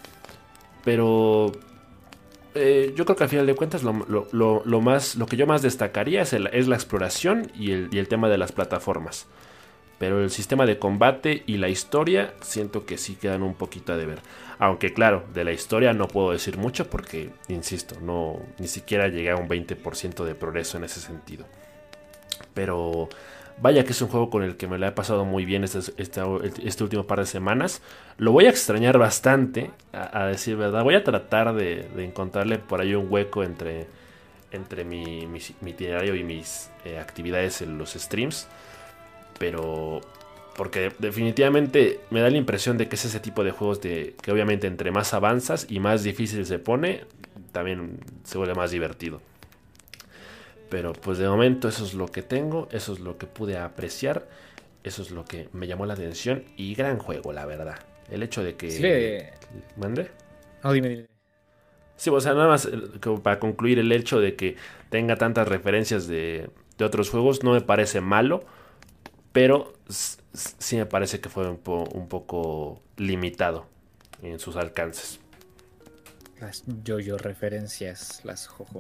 Pero eh, yo creo que al final de cuentas lo, lo, lo, lo más lo que yo más destacaría es, el, es la exploración y el, y el tema de las plataformas, pero el sistema de combate y la historia siento que sí quedan un poquito a deber. Aunque claro, de la historia no puedo decir mucho porque, insisto, no, ni siquiera llegué a un veinte por ciento de progreso en ese sentido. Pero vaya que es un juego con el que me lo he pasado muy bien este, este, este último par de semanas. Lo voy a extrañar bastante, a, a decir verdad. Voy a tratar de, de encontrarle por ahí un hueco entre, entre mi, mi, mi itinerario y mis eh, actividades en los streams. Pero porque definitivamente me da la impresión de que es ese tipo de juegos de que obviamente entre más avanzas y más difícil se pone, también se vuelve más divertido. Pero pues de momento eso es lo que tengo, eso es lo que pude apreciar, eso es lo que me llamó la atención y gran juego, la verdad. El hecho de que... Sí, le... ¿Mande? No, dime, dime. Sí, o sea, nada más como para concluir, el hecho de que tenga tantas referencias de, de otros juegos no me parece malo, pero sí me parece que fue un, po, un poco limitado en sus alcances. Las yo-yo referencias, las jojo.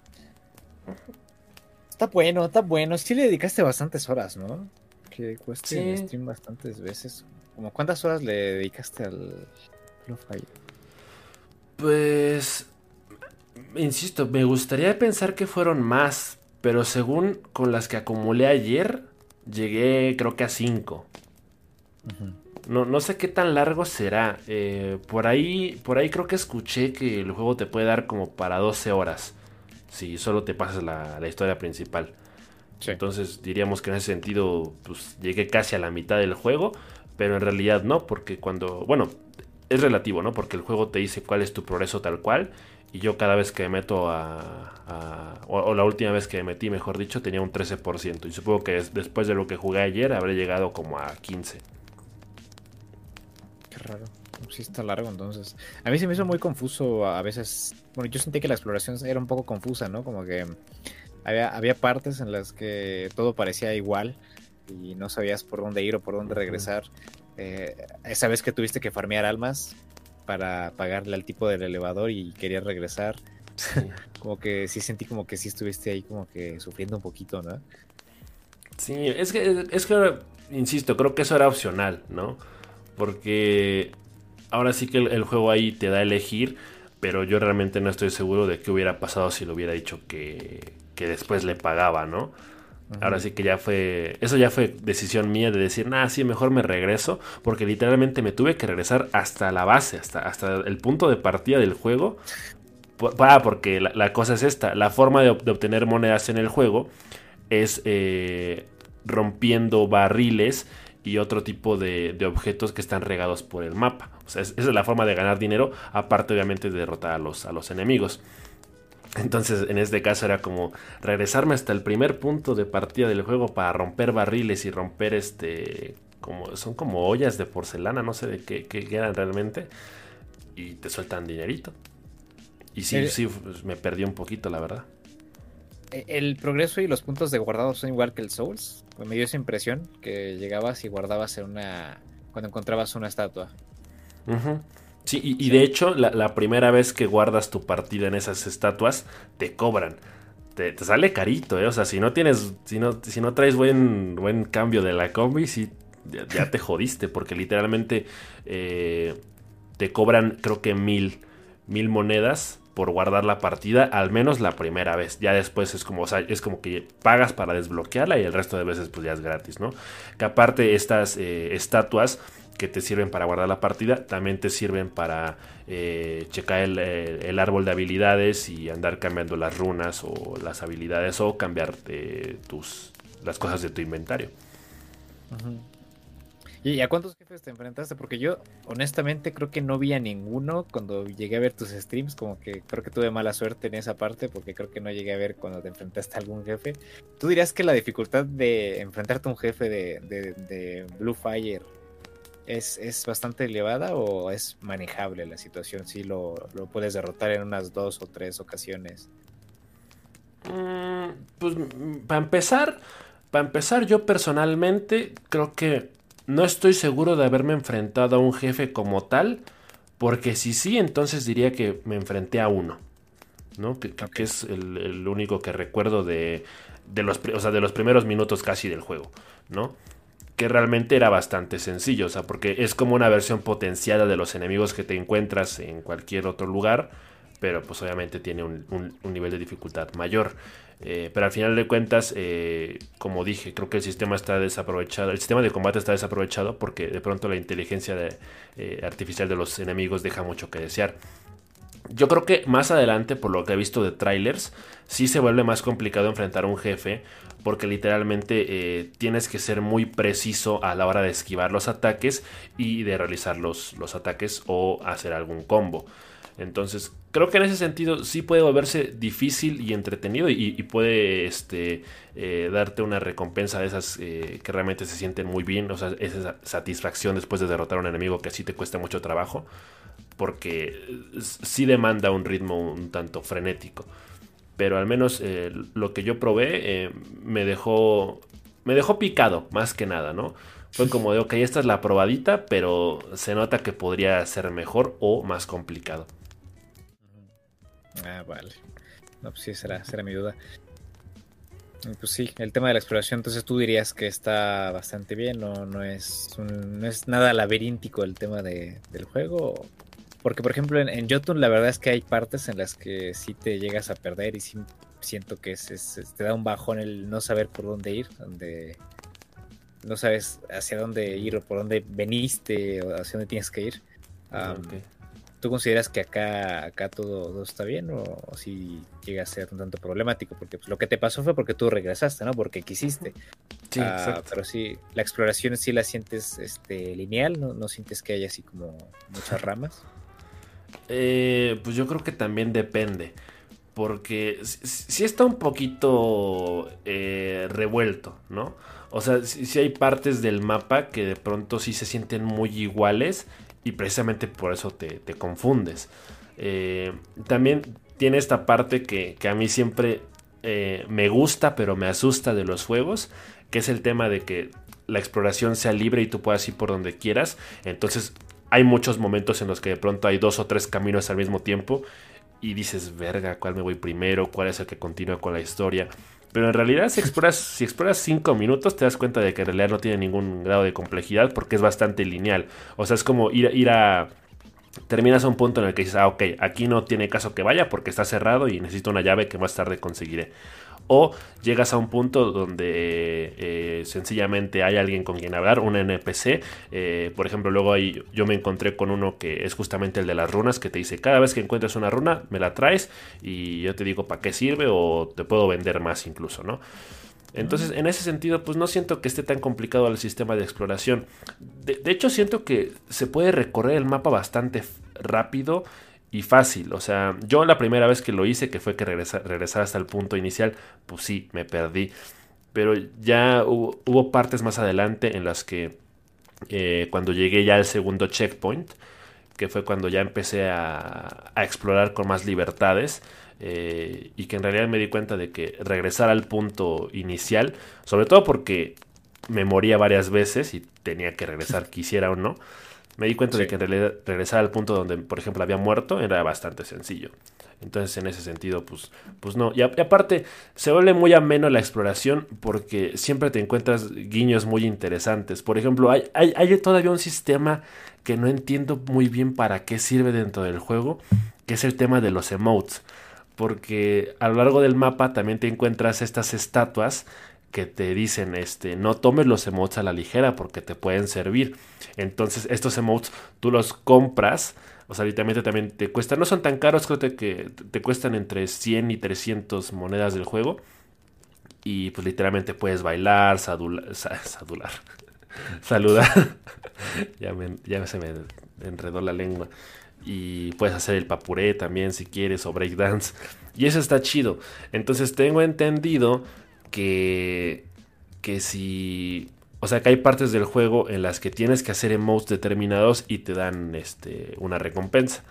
Está bueno, está bueno. Sí le dedicaste bastantes horas, ¿no? Que cueste sí. En stream bastantes veces. ¿Cómo cuántas horas le dedicaste al Blue Fire? Pues... Insisto, me gustaría pensar que fueron más, pero según con las que acumulé ayer, llegué creo que a cinco. Uh-huh. No, no sé qué tan largo será. Eh, por ahí, por ahí creo que escuché que el juego te puede dar como para doce horas. Si solo te pasas la, la historia principal. Sí. Entonces diríamos que en ese sentido pues llegué casi a la mitad del juego. Pero en realidad no, porque cuando... Bueno, es relativo, ¿no? Porque el juego te dice cuál es tu progreso tal cual. Y yo cada vez que me meto a... a o, o la última vez que me metí, mejor dicho, tenía un trece por ciento. Y supongo que es, después de lo que jugué ayer habré llegado como a quince. Qué raro. Sí está largo entonces. A mí se me hizo muy confuso a veces. Bueno, yo sentí que la exploración era un poco confusa, ¿no? Como que había, había partes en las que todo parecía igual y no sabías por dónde ir o por dónde regresar. Eh, esa vez que tuviste que farmear almas para pagarle al tipo del elevador y querías regresar. Sí. Como que sí sentí como que sí estuviste ahí como que sufriendo un poquito, ¿no? Sí, es que, es que insisto, creo que eso era opcional, ¿no? Porque ahora sí que el, el juego ahí te da a elegir, pero yo realmente no estoy seguro de qué hubiera pasado si le hubiera dicho que, que después le pagaba, ¿no? Uh-huh. Ahora sí que ya fue... Eso ya fue decisión mía de decir, nah, sí, mejor me regreso, porque literalmente me tuve que regresar hasta la base, hasta, hasta el punto de partida del juego. Ah, porque la, la cosa es esta, la forma de, de obtener monedas en el juego es eh, rompiendo barriles y otro tipo de, de objetos que están regados por el mapa. O sea, es, esa es la forma de ganar dinero, aparte obviamente de derrotar a los, a los enemigos. Entonces en este caso era como regresarme hasta el primer punto de partida del juego para romper barriles y romper este... como son como ollas de porcelana, no sé de qué, qué eran realmente. Y te sueltan dinerito. Y sí, el, sí, pues me perdí un poquito, la verdad. ¿El progreso y los puntos de guardado son igual que el Souls? Me dio esa impresión que llegabas y guardabas en una... cuando encontrabas una estatua. Uh-huh. Sí, y, y sí. De hecho, la, la primera vez que guardas tu partida en esas estatuas, te cobran. Te, te sale carito, ¿eh? O sea, si no tienes... Si no, si no traes buen, buen cambio de la combi, sí, ya, ya te jodiste. Porque literalmente eh, te cobran, creo que mil, mil monedas por guardar la partida, al menos la primera vez. Ya después es como, o sea, es como que pagas para desbloquearla y el resto de veces pues ya es gratis, ¿no? Que aparte estas eh, estatuas que te sirven para guardar la partida, también te sirven para eh, checar el, el árbol de habilidades y andar cambiando las runas o las habilidades o cambiar eh, tus, las cosas de tu inventario. Uh-huh. ¿Y a cuántos jefes te enfrentaste? Porque yo, honestamente, creo que no vi a ninguno cuando llegué a ver tus streams. Como que creo que tuve mala suerte en esa parte, porque creo que no llegué a ver cuando te enfrentaste a algún jefe. ¿Tú dirías que la dificultad de enfrentarte a un jefe de, de, de Blue Fire es, es bastante elevada o es manejable la situación? ¿Sí lo, lo puedes derrotar en unas dos o tres ocasiones? Mm, pues para empezar, para empezar, yo personalmente creo que no estoy seguro de haberme enfrentado a un jefe como tal, porque si sí, entonces diría que me enfrenté a uno, ¿no? Que, okay. que es el, el único que recuerdo de, de, los, o sea, de los primeros minutos casi del juego, ¿no? Que que realmente era bastante sencillo, o sea, porque es como una versión potenciada de los enemigos que te encuentras en cualquier otro lugar, pero pues obviamente tiene un, un, un nivel de dificultad mayor. Eh, pero al final de cuentas, eh, como dije, creo que el sistema está desaprovechado, el sistema de combate está desaprovechado porque de pronto la inteligencia de, eh, artificial de los enemigos deja mucho que desear. Yo creo que más adelante, por lo que he visto de trailers, sí se vuelve más complicado enfrentar a un jefe, porque literalmente eh, tienes que ser muy preciso a la hora de esquivar los ataques y de realizar los, los ataques o hacer algún combo. Entonces, creo que en ese sentido sí puede volverse difícil y entretenido y, y puede este, eh, darte una recompensa de esas eh, que realmente se sienten muy bien, o sea, esa satisfacción después de derrotar a un enemigo que sí te cuesta mucho trabajo, porque sí demanda un ritmo un tanto frenético. Pero al menos eh, lo que yo probé eh, me dejó me dejó picado, más que nada, ¿no? Fue como de, ok, esta es la probadita, pero se nota que podría ser mejor o más complicado. Ah, vale. No, pues sí, será, será mi duda. Pues sí, el tema de la exploración, entonces tú dirías que está bastante bien, no, no es un- no es nada laberíntico el tema de, del juego. Porque, por ejemplo, en, en Jotun la verdad es que hay partes en las que sí te llegas a perder y sí siento que es, es- es- te da un bajón el no saber por dónde ir, donde no sabes hacia dónde ir o por dónde veniste o hacia dónde tienes que ir. Am, Ok. ¿Tú consideras que acá, acá todo, todo está bien o, o si llega a ser un tanto problemático? Porque pues, lo que te pasó fue porque tú regresaste, ¿no? Porque quisiste. Sí, Ah, exacto. pero sí, la exploración sí la sientes este, lineal, ¿no? ¿No sientes que haya así como muchas ramas? Eh, pues yo creo que también depende. Porque sí está un poquito eh, revuelto, ¿no? O sea, sí, sí hay partes del mapa que de pronto sí se sienten muy iguales y precisamente por eso te, te confundes. Eh, también tiene esta parte que, que a mí siempre eh, me gusta, pero me asusta de los juegos, que es el tema de que la exploración sea libre y tú puedas ir por donde quieras. Entonces hay muchos momentos en los que de pronto hay dos o tres caminos al mismo tiempo y dices, verga, ¿cuál me voy primero? ¿Cuál es el que continúa con la historia? Pero en realidad si exploras, si exploras cinco minutos te das cuenta de que en realidad no tiene ningún grado de complejidad porque es bastante lineal. O sea, es como ir, ir a... Terminas a un punto en el que dices, ah, ok, aquí no tiene caso que vaya porque está cerrado y necesito una llave que más tarde conseguiré. O llegas a un punto donde eh, sencillamente hay alguien con quien hablar, un N P C. Eh, por ejemplo, luego ahí yo me encontré con uno que es justamente el de las runas, que te dice, cada vez que encuentres una runa, me la traes y yo te digo para qué sirve o te puedo vender más incluso, ¿no? Entonces, en ese sentido, pues no siento que esté tan complicado el sistema de exploración. De, de hecho, siento que se puede recorrer el mapa bastante rápido y fácil. O sea, yo la primera vez que lo hice, que fue que regresa, regresar hasta el punto inicial, pues sí, me perdí. Pero ya hubo, hubo partes más adelante en las que eh, cuando llegué ya al segundo checkpoint, que fue cuando ya empecé a, a explorar con más libertades. Eh, y que en realidad me di cuenta de que regresar al punto inicial, sobre todo porque me moría varias veces y tenía que regresar, quisiera o no, me di cuenta de Sí. que en realidad regresar al punto donde, por ejemplo, había muerto era bastante sencillo. Entonces, en ese sentido, pues, pues no. Y, a, y aparte, se vuelve muy ameno la exploración porque siempre te encuentras guiños muy interesantes. Por ejemplo, hay, hay, hay todavía un sistema que no entiendo muy bien para qué sirve dentro del juego, que es el tema de los emotes. Porque a lo largo del mapa también te encuentras estas estatuas que te dicen, este, no tomes los emotes a la ligera porque te pueden servir. Entonces, estos emotes tú los compras, o sea, literalmente también te cuestan, no son tan caros, creo que te cuestan entre cien y trescientos monedas del juego. Y pues literalmente puedes bailar, sadula, sa- sadular, saludar. ya, me, ya se me enredó la lengua. Y puedes hacer el papuré también si quieres o breakdance. Y eso está chido. Entonces tengo entendido que, que si... O sea que hay partes del juego en las que tienes que hacer emotes determinados y te dan este, una recompensa.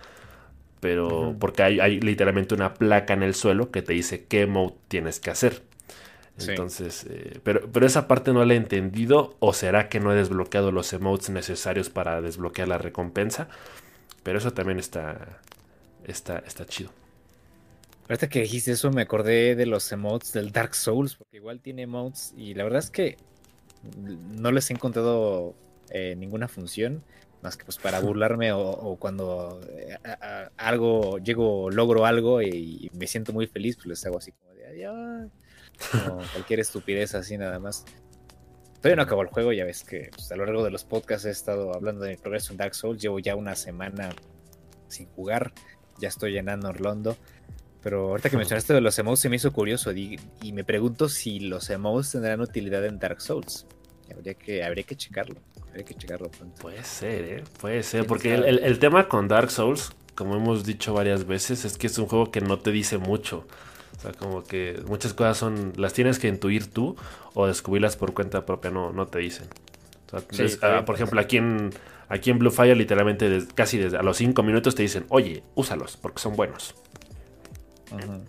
Pero Ujú. porque hay, hay literalmente una placa en el suelo que te dice qué emote tienes que hacer. Sí. Entonces, eh, pero, pero esa parte no la he entendido. ¿O será que no he desbloqueado los emotes necesarios para desbloquear la recompensa? Pero eso también está, está, está chido. Ahorita que dijiste eso me acordé de los emotes del Dark Souls, porque igual tiene emotes y la verdad es que no les he encontrado eh, ninguna función, más que pues para burlarme o, o cuando eh, a, a, algo, llego, logro algo y, y me siento muy feliz, pues les hago así como de adiós, o cualquier estupidez así nada más. Todavía no acabó el juego, ya ves que pues, a lo largo de los podcasts he estado hablando de mi progreso en Dark Souls, llevo ya una semana sin jugar, ya estoy llenando Orlando, pero ahorita que mencionaste de los emotes se me hizo curioso y, y me pregunto si los emotes tendrán utilidad en Dark Souls. Habría que, habría que checarlo, habría que checarlo pronto. Puede ser, ¿eh? Puede ser, porque el, el, el tema con Dark Souls, como hemos dicho varias veces, es que es un juego que no te dice mucho. O sea, como que muchas cosas son, las tienes que intuir tú o descubrirlas por cuenta propia, no, no te dicen. O sea, sí, des, ah, por ejemplo, aquí en, aquí en Blue Fire literalmente des, casi desde a los cinco minutos te dicen, oye, úsalos porque son buenos. Uh-huh.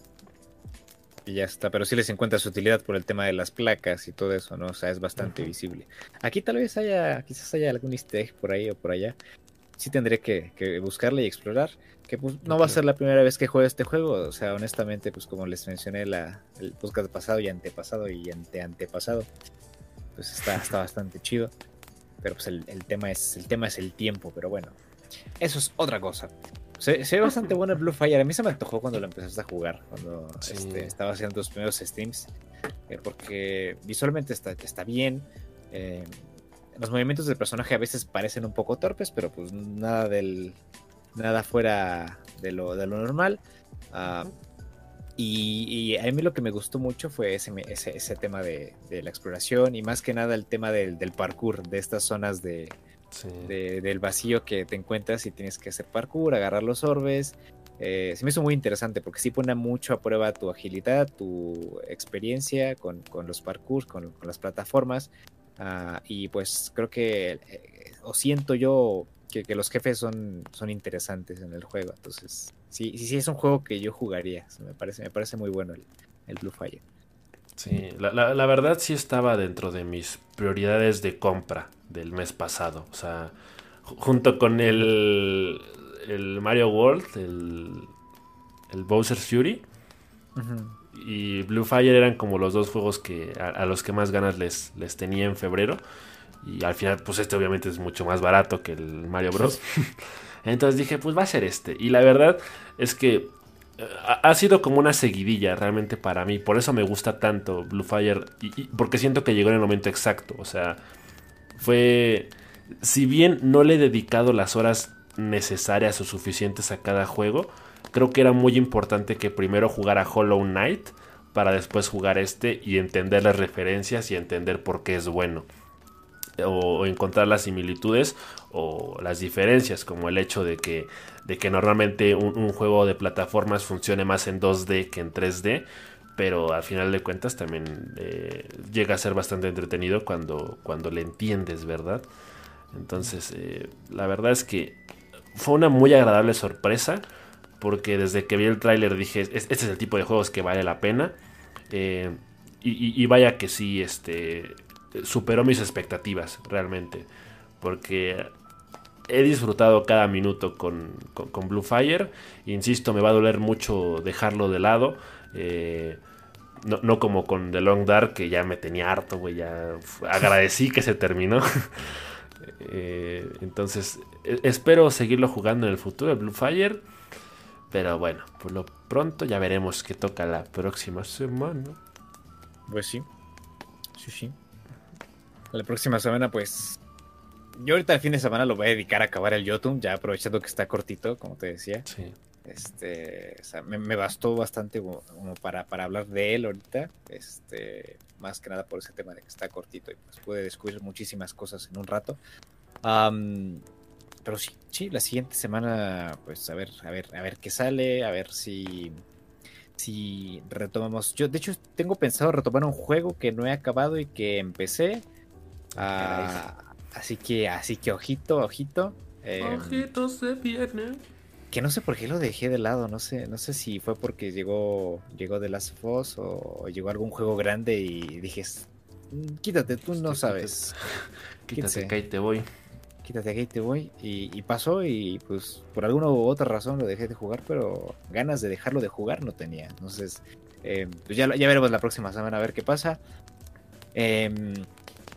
Y ya está, pero sí les encuentra su utilidad por el tema de las placas y todo eso, ¿no? O sea, es bastante uh-huh. visible. Aquí tal vez haya, quizás haya algún easter egg por ahí o por allá. Sí tendré que, que buscarle y explorar. Que pues no okay. va a ser la primera vez que juegue este juego. O sea, honestamente, pues como les mencioné la, el podcast pasado y antepasado y ante antepasado, pues está, está bastante chido. Pero pues el, el tema es el tema es el tiempo, pero bueno. Eso es otra cosa. Se, se ve bastante bueno el Blue Fire. A mí se me antojó cuando lo empezaste a jugar, cuando sí. este, estaba haciendo tus primeros streams, eh, porque visualmente está, está bien. Eh, los movimientos del personaje a veces parecen un poco torpes, pero pues nada del nada fuera de lo, de lo normal. Uh, y, y a mí lo que me gustó mucho fue ese, ese, ese tema de, de la exploración y más que nada el tema del, del parkour, de estas zonas de Sí. De, del vacío que te encuentras y tienes que hacer parkour, agarrar los orbes. Eh, se me hizo muy interesante porque sí pone mucho a prueba tu agilidad, tu experiencia con, con los parkours, con, con las plataformas. Uh, y pues creo que, eh, o siento yo que, que los jefes son, son interesantes en el juego. Entonces, sí, sí, sí es un juego que yo jugaría. Me parece, me parece muy bueno el, el Blue Fire. Sí, la, la, la verdad sí estaba dentro de mis prioridades de compra del mes pasado. O sea, junto con el, el Mario World, el, el Bowser's Fury uh-huh. y Blue Fire eran como los dos juegos que a, a los que más ganas les, les tenía en febrero. Y al final, pues este obviamente es mucho más barato que el Mario Bros. Entonces dije, pues va a ser este. Y la verdad es que ha sido como una seguidilla realmente para mí. Por eso me gusta tanto Blue Fire. Y, y porque siento que llegó en el momento exacto. O sea, fue... Si bien no le he dedicado las horas necesarias o suficientes a cada juego, creo que era muy importante que primero jugara Hollow Knight para después jugar este y entender las referencias y entender por qué es bueno. O, o encontrar las similitudes o las diferencias, como el hecho de que, de que normalmente un, un juego de plataformas funcione más en dos D que en tres D, pero al final de cuentas también eh, llega a ser bastante entretenido cuando, cuando le entiendes, ¿verdad? Entonces, eh, la verdad es que fue una muy agradable sorpresa, porque desde que vi el tráiler dije, este es el tipo de juegos que vale la pena, eh, y, y, y vaya que sí, este... superó mis expectativas realmente, porque he disfrutado cada minuto con, con, con Blue Fire. Insisto, me va a doler mucho dejarlo de lado, eh, no, no como con The Long Dark, que ya me tenía harto, güey, ya agradecí que se terminó. eh, entonces espero seguirlo jugando en el futuro, el Blue Fire, pero bueno, por lo pronto ya veremos qué toca la próxima semana. Pues sí, sí, sí. La próxima semana, pues... Yo ahorita el fin de semana lo voy a dedicar a acabar el Jotun, ya aprovechando que está cortito, como te decía. Sí. Este, o sea, me, me bastó bastante como, como para, para hablar de él ahorita. Este, más que nada por ese tema de que está cortito y pues pude descubrir muchísimas cosas en un rato. Um, pero sí, sí, la siguiente semana, pues a ver, a ver, a ver qué sale, a ver si... si retomamos. Yo, de hecho, tengo pensado retomar un juego que no he acabado y que empecé. Uh, así que, así que ojito, ojito. Eh, Ojito se viene. Que no sé por qué lo dejé de lado. No sé, no sé si fue porque llegó, llegó The Last of Us o, o llegó algún juego grande y dije, quítate, tú no sabes. Quítate, que ahí te voy. Quítate, que ahí te voy. Y, y pasó y pues por alguna u otra razón lo dejé de jugar, pero ganas de dejarlo de jugar no tenía. Entonces, eh, pues ya, ya veremos la próxima semana a ver qué pasa. Eh,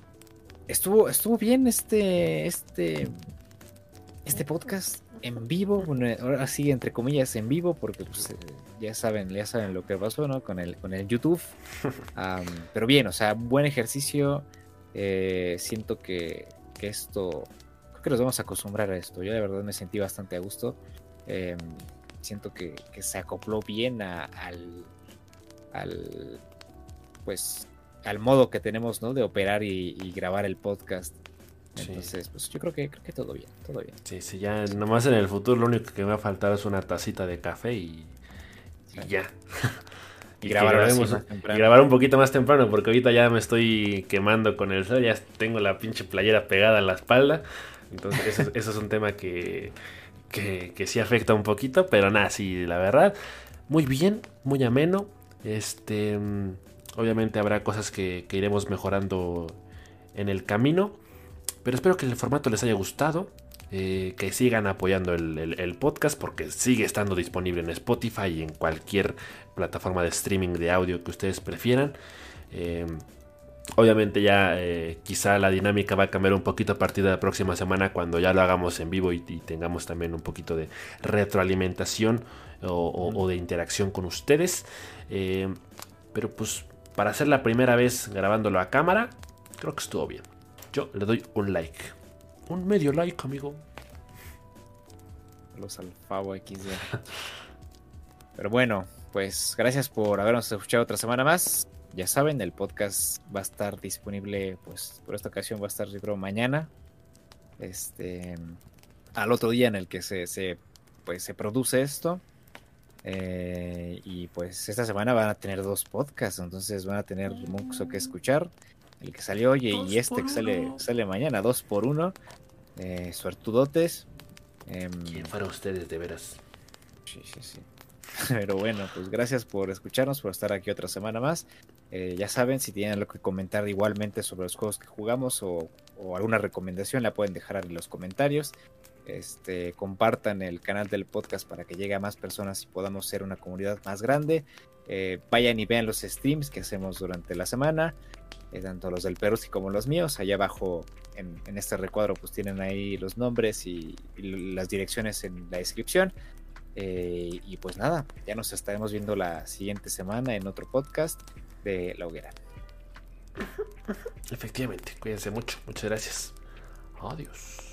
estuvo, estuvo bien este, este, este podcast en vivo, bueno, ahora sí, entre comillas, en vivo, porque pues, eh, ya saben, ya saben lo que pasó, ¿no? Con el, con el YouTube. Um, pero bien, o sea, buen ejercicio. Eh, siento que, que esto, creo que nos vamos a acostumbrar a esto. Yo de verdad me sentí bastante a gusto. Eh, siento que, que se acopló bien a, al, al, pues, al modo que tenemos, ¿no? De operar y, y grabar el podcast. Entonces, sí. Pues yo creo que, creo que todo bien, todo bien. Sí, sí, ya nomás en el futuro lo único que me va a faltar es una tacita de café y, sí. y ya. Y, y grabar ahora sí más temprano. Y grabar un poquito más temprano, porque ahorita ya me estoy quemando con el sol, ya tengo la pinche playera pegada a la espalda. Entonces, eso, eso es un tema que, que, que sí afecta un poquito, pero nada, sí, la verdad, muy bien, muy ameno. Este, obviamente habrá cosas que, que iremos mejorando en el camino, pero espero que el formato les haya gustado. Eh, que sigan apoyando el, el, el podcast, porque sigue estando disponible en Spotify y en cualquier plataforma de streaming de audio que ustedes prefieran. Eh, obviamente ya eh, quizá la dinámica va a cambiar un poquito a partir de la próxima semana, cuando ya lo hagamos en vivo y, y tengamos también un poquito de retroalimentación o, o, o de interacción con ustedes. Eh, pero pues para ser la primera vez grabándolo a cámara, creo que estuvo bien. Yo le doy un like. Un medio like, amigo. Los Alfavo equis de. Pero bueno, pues gracias por habernos escuchado otra semana más. Ya saben, el podcast va a estar disponible, pues por esta ocasión va a estar, yo creo, mañana. Este, al otro día en el que se, se, pues, se produce esto. Eh, y pues esta semana van a tener dos podcasts, entonces van a tener mucho que escuchar. El que salió hoy y este que sale, sale mañana, dos por uno. Eh, suertudotes. Eh, ¿Quién fueron ustedes, de veras? Sí, sí, sí. Pero bueno, pues gracias por escucharnos, por estar aquí otra semana más. Eh, ya saben, si tienen algo que comentar igualmente sobre los juegos que jugamos o, o alguna recomendación, la pueden dejar en los comentarios. Este, compartan el canal del podcast para que llegue a más personas y podamos ser una comunidad más grande. Eh, vayan y vean los streams que hacemos durante la semana. Eh, tanto los del Peruzzi como los míos. Allá abajo en, en este recuadro pues tienen ahí los nombres y, y las direcciones en la descripción. Eh, y pues nada, ya nos estaremos viendo la siguiente semana en otro podcast de La Hoguera. Efectivamente, cuídense mucho, muchas gracias. Adiós.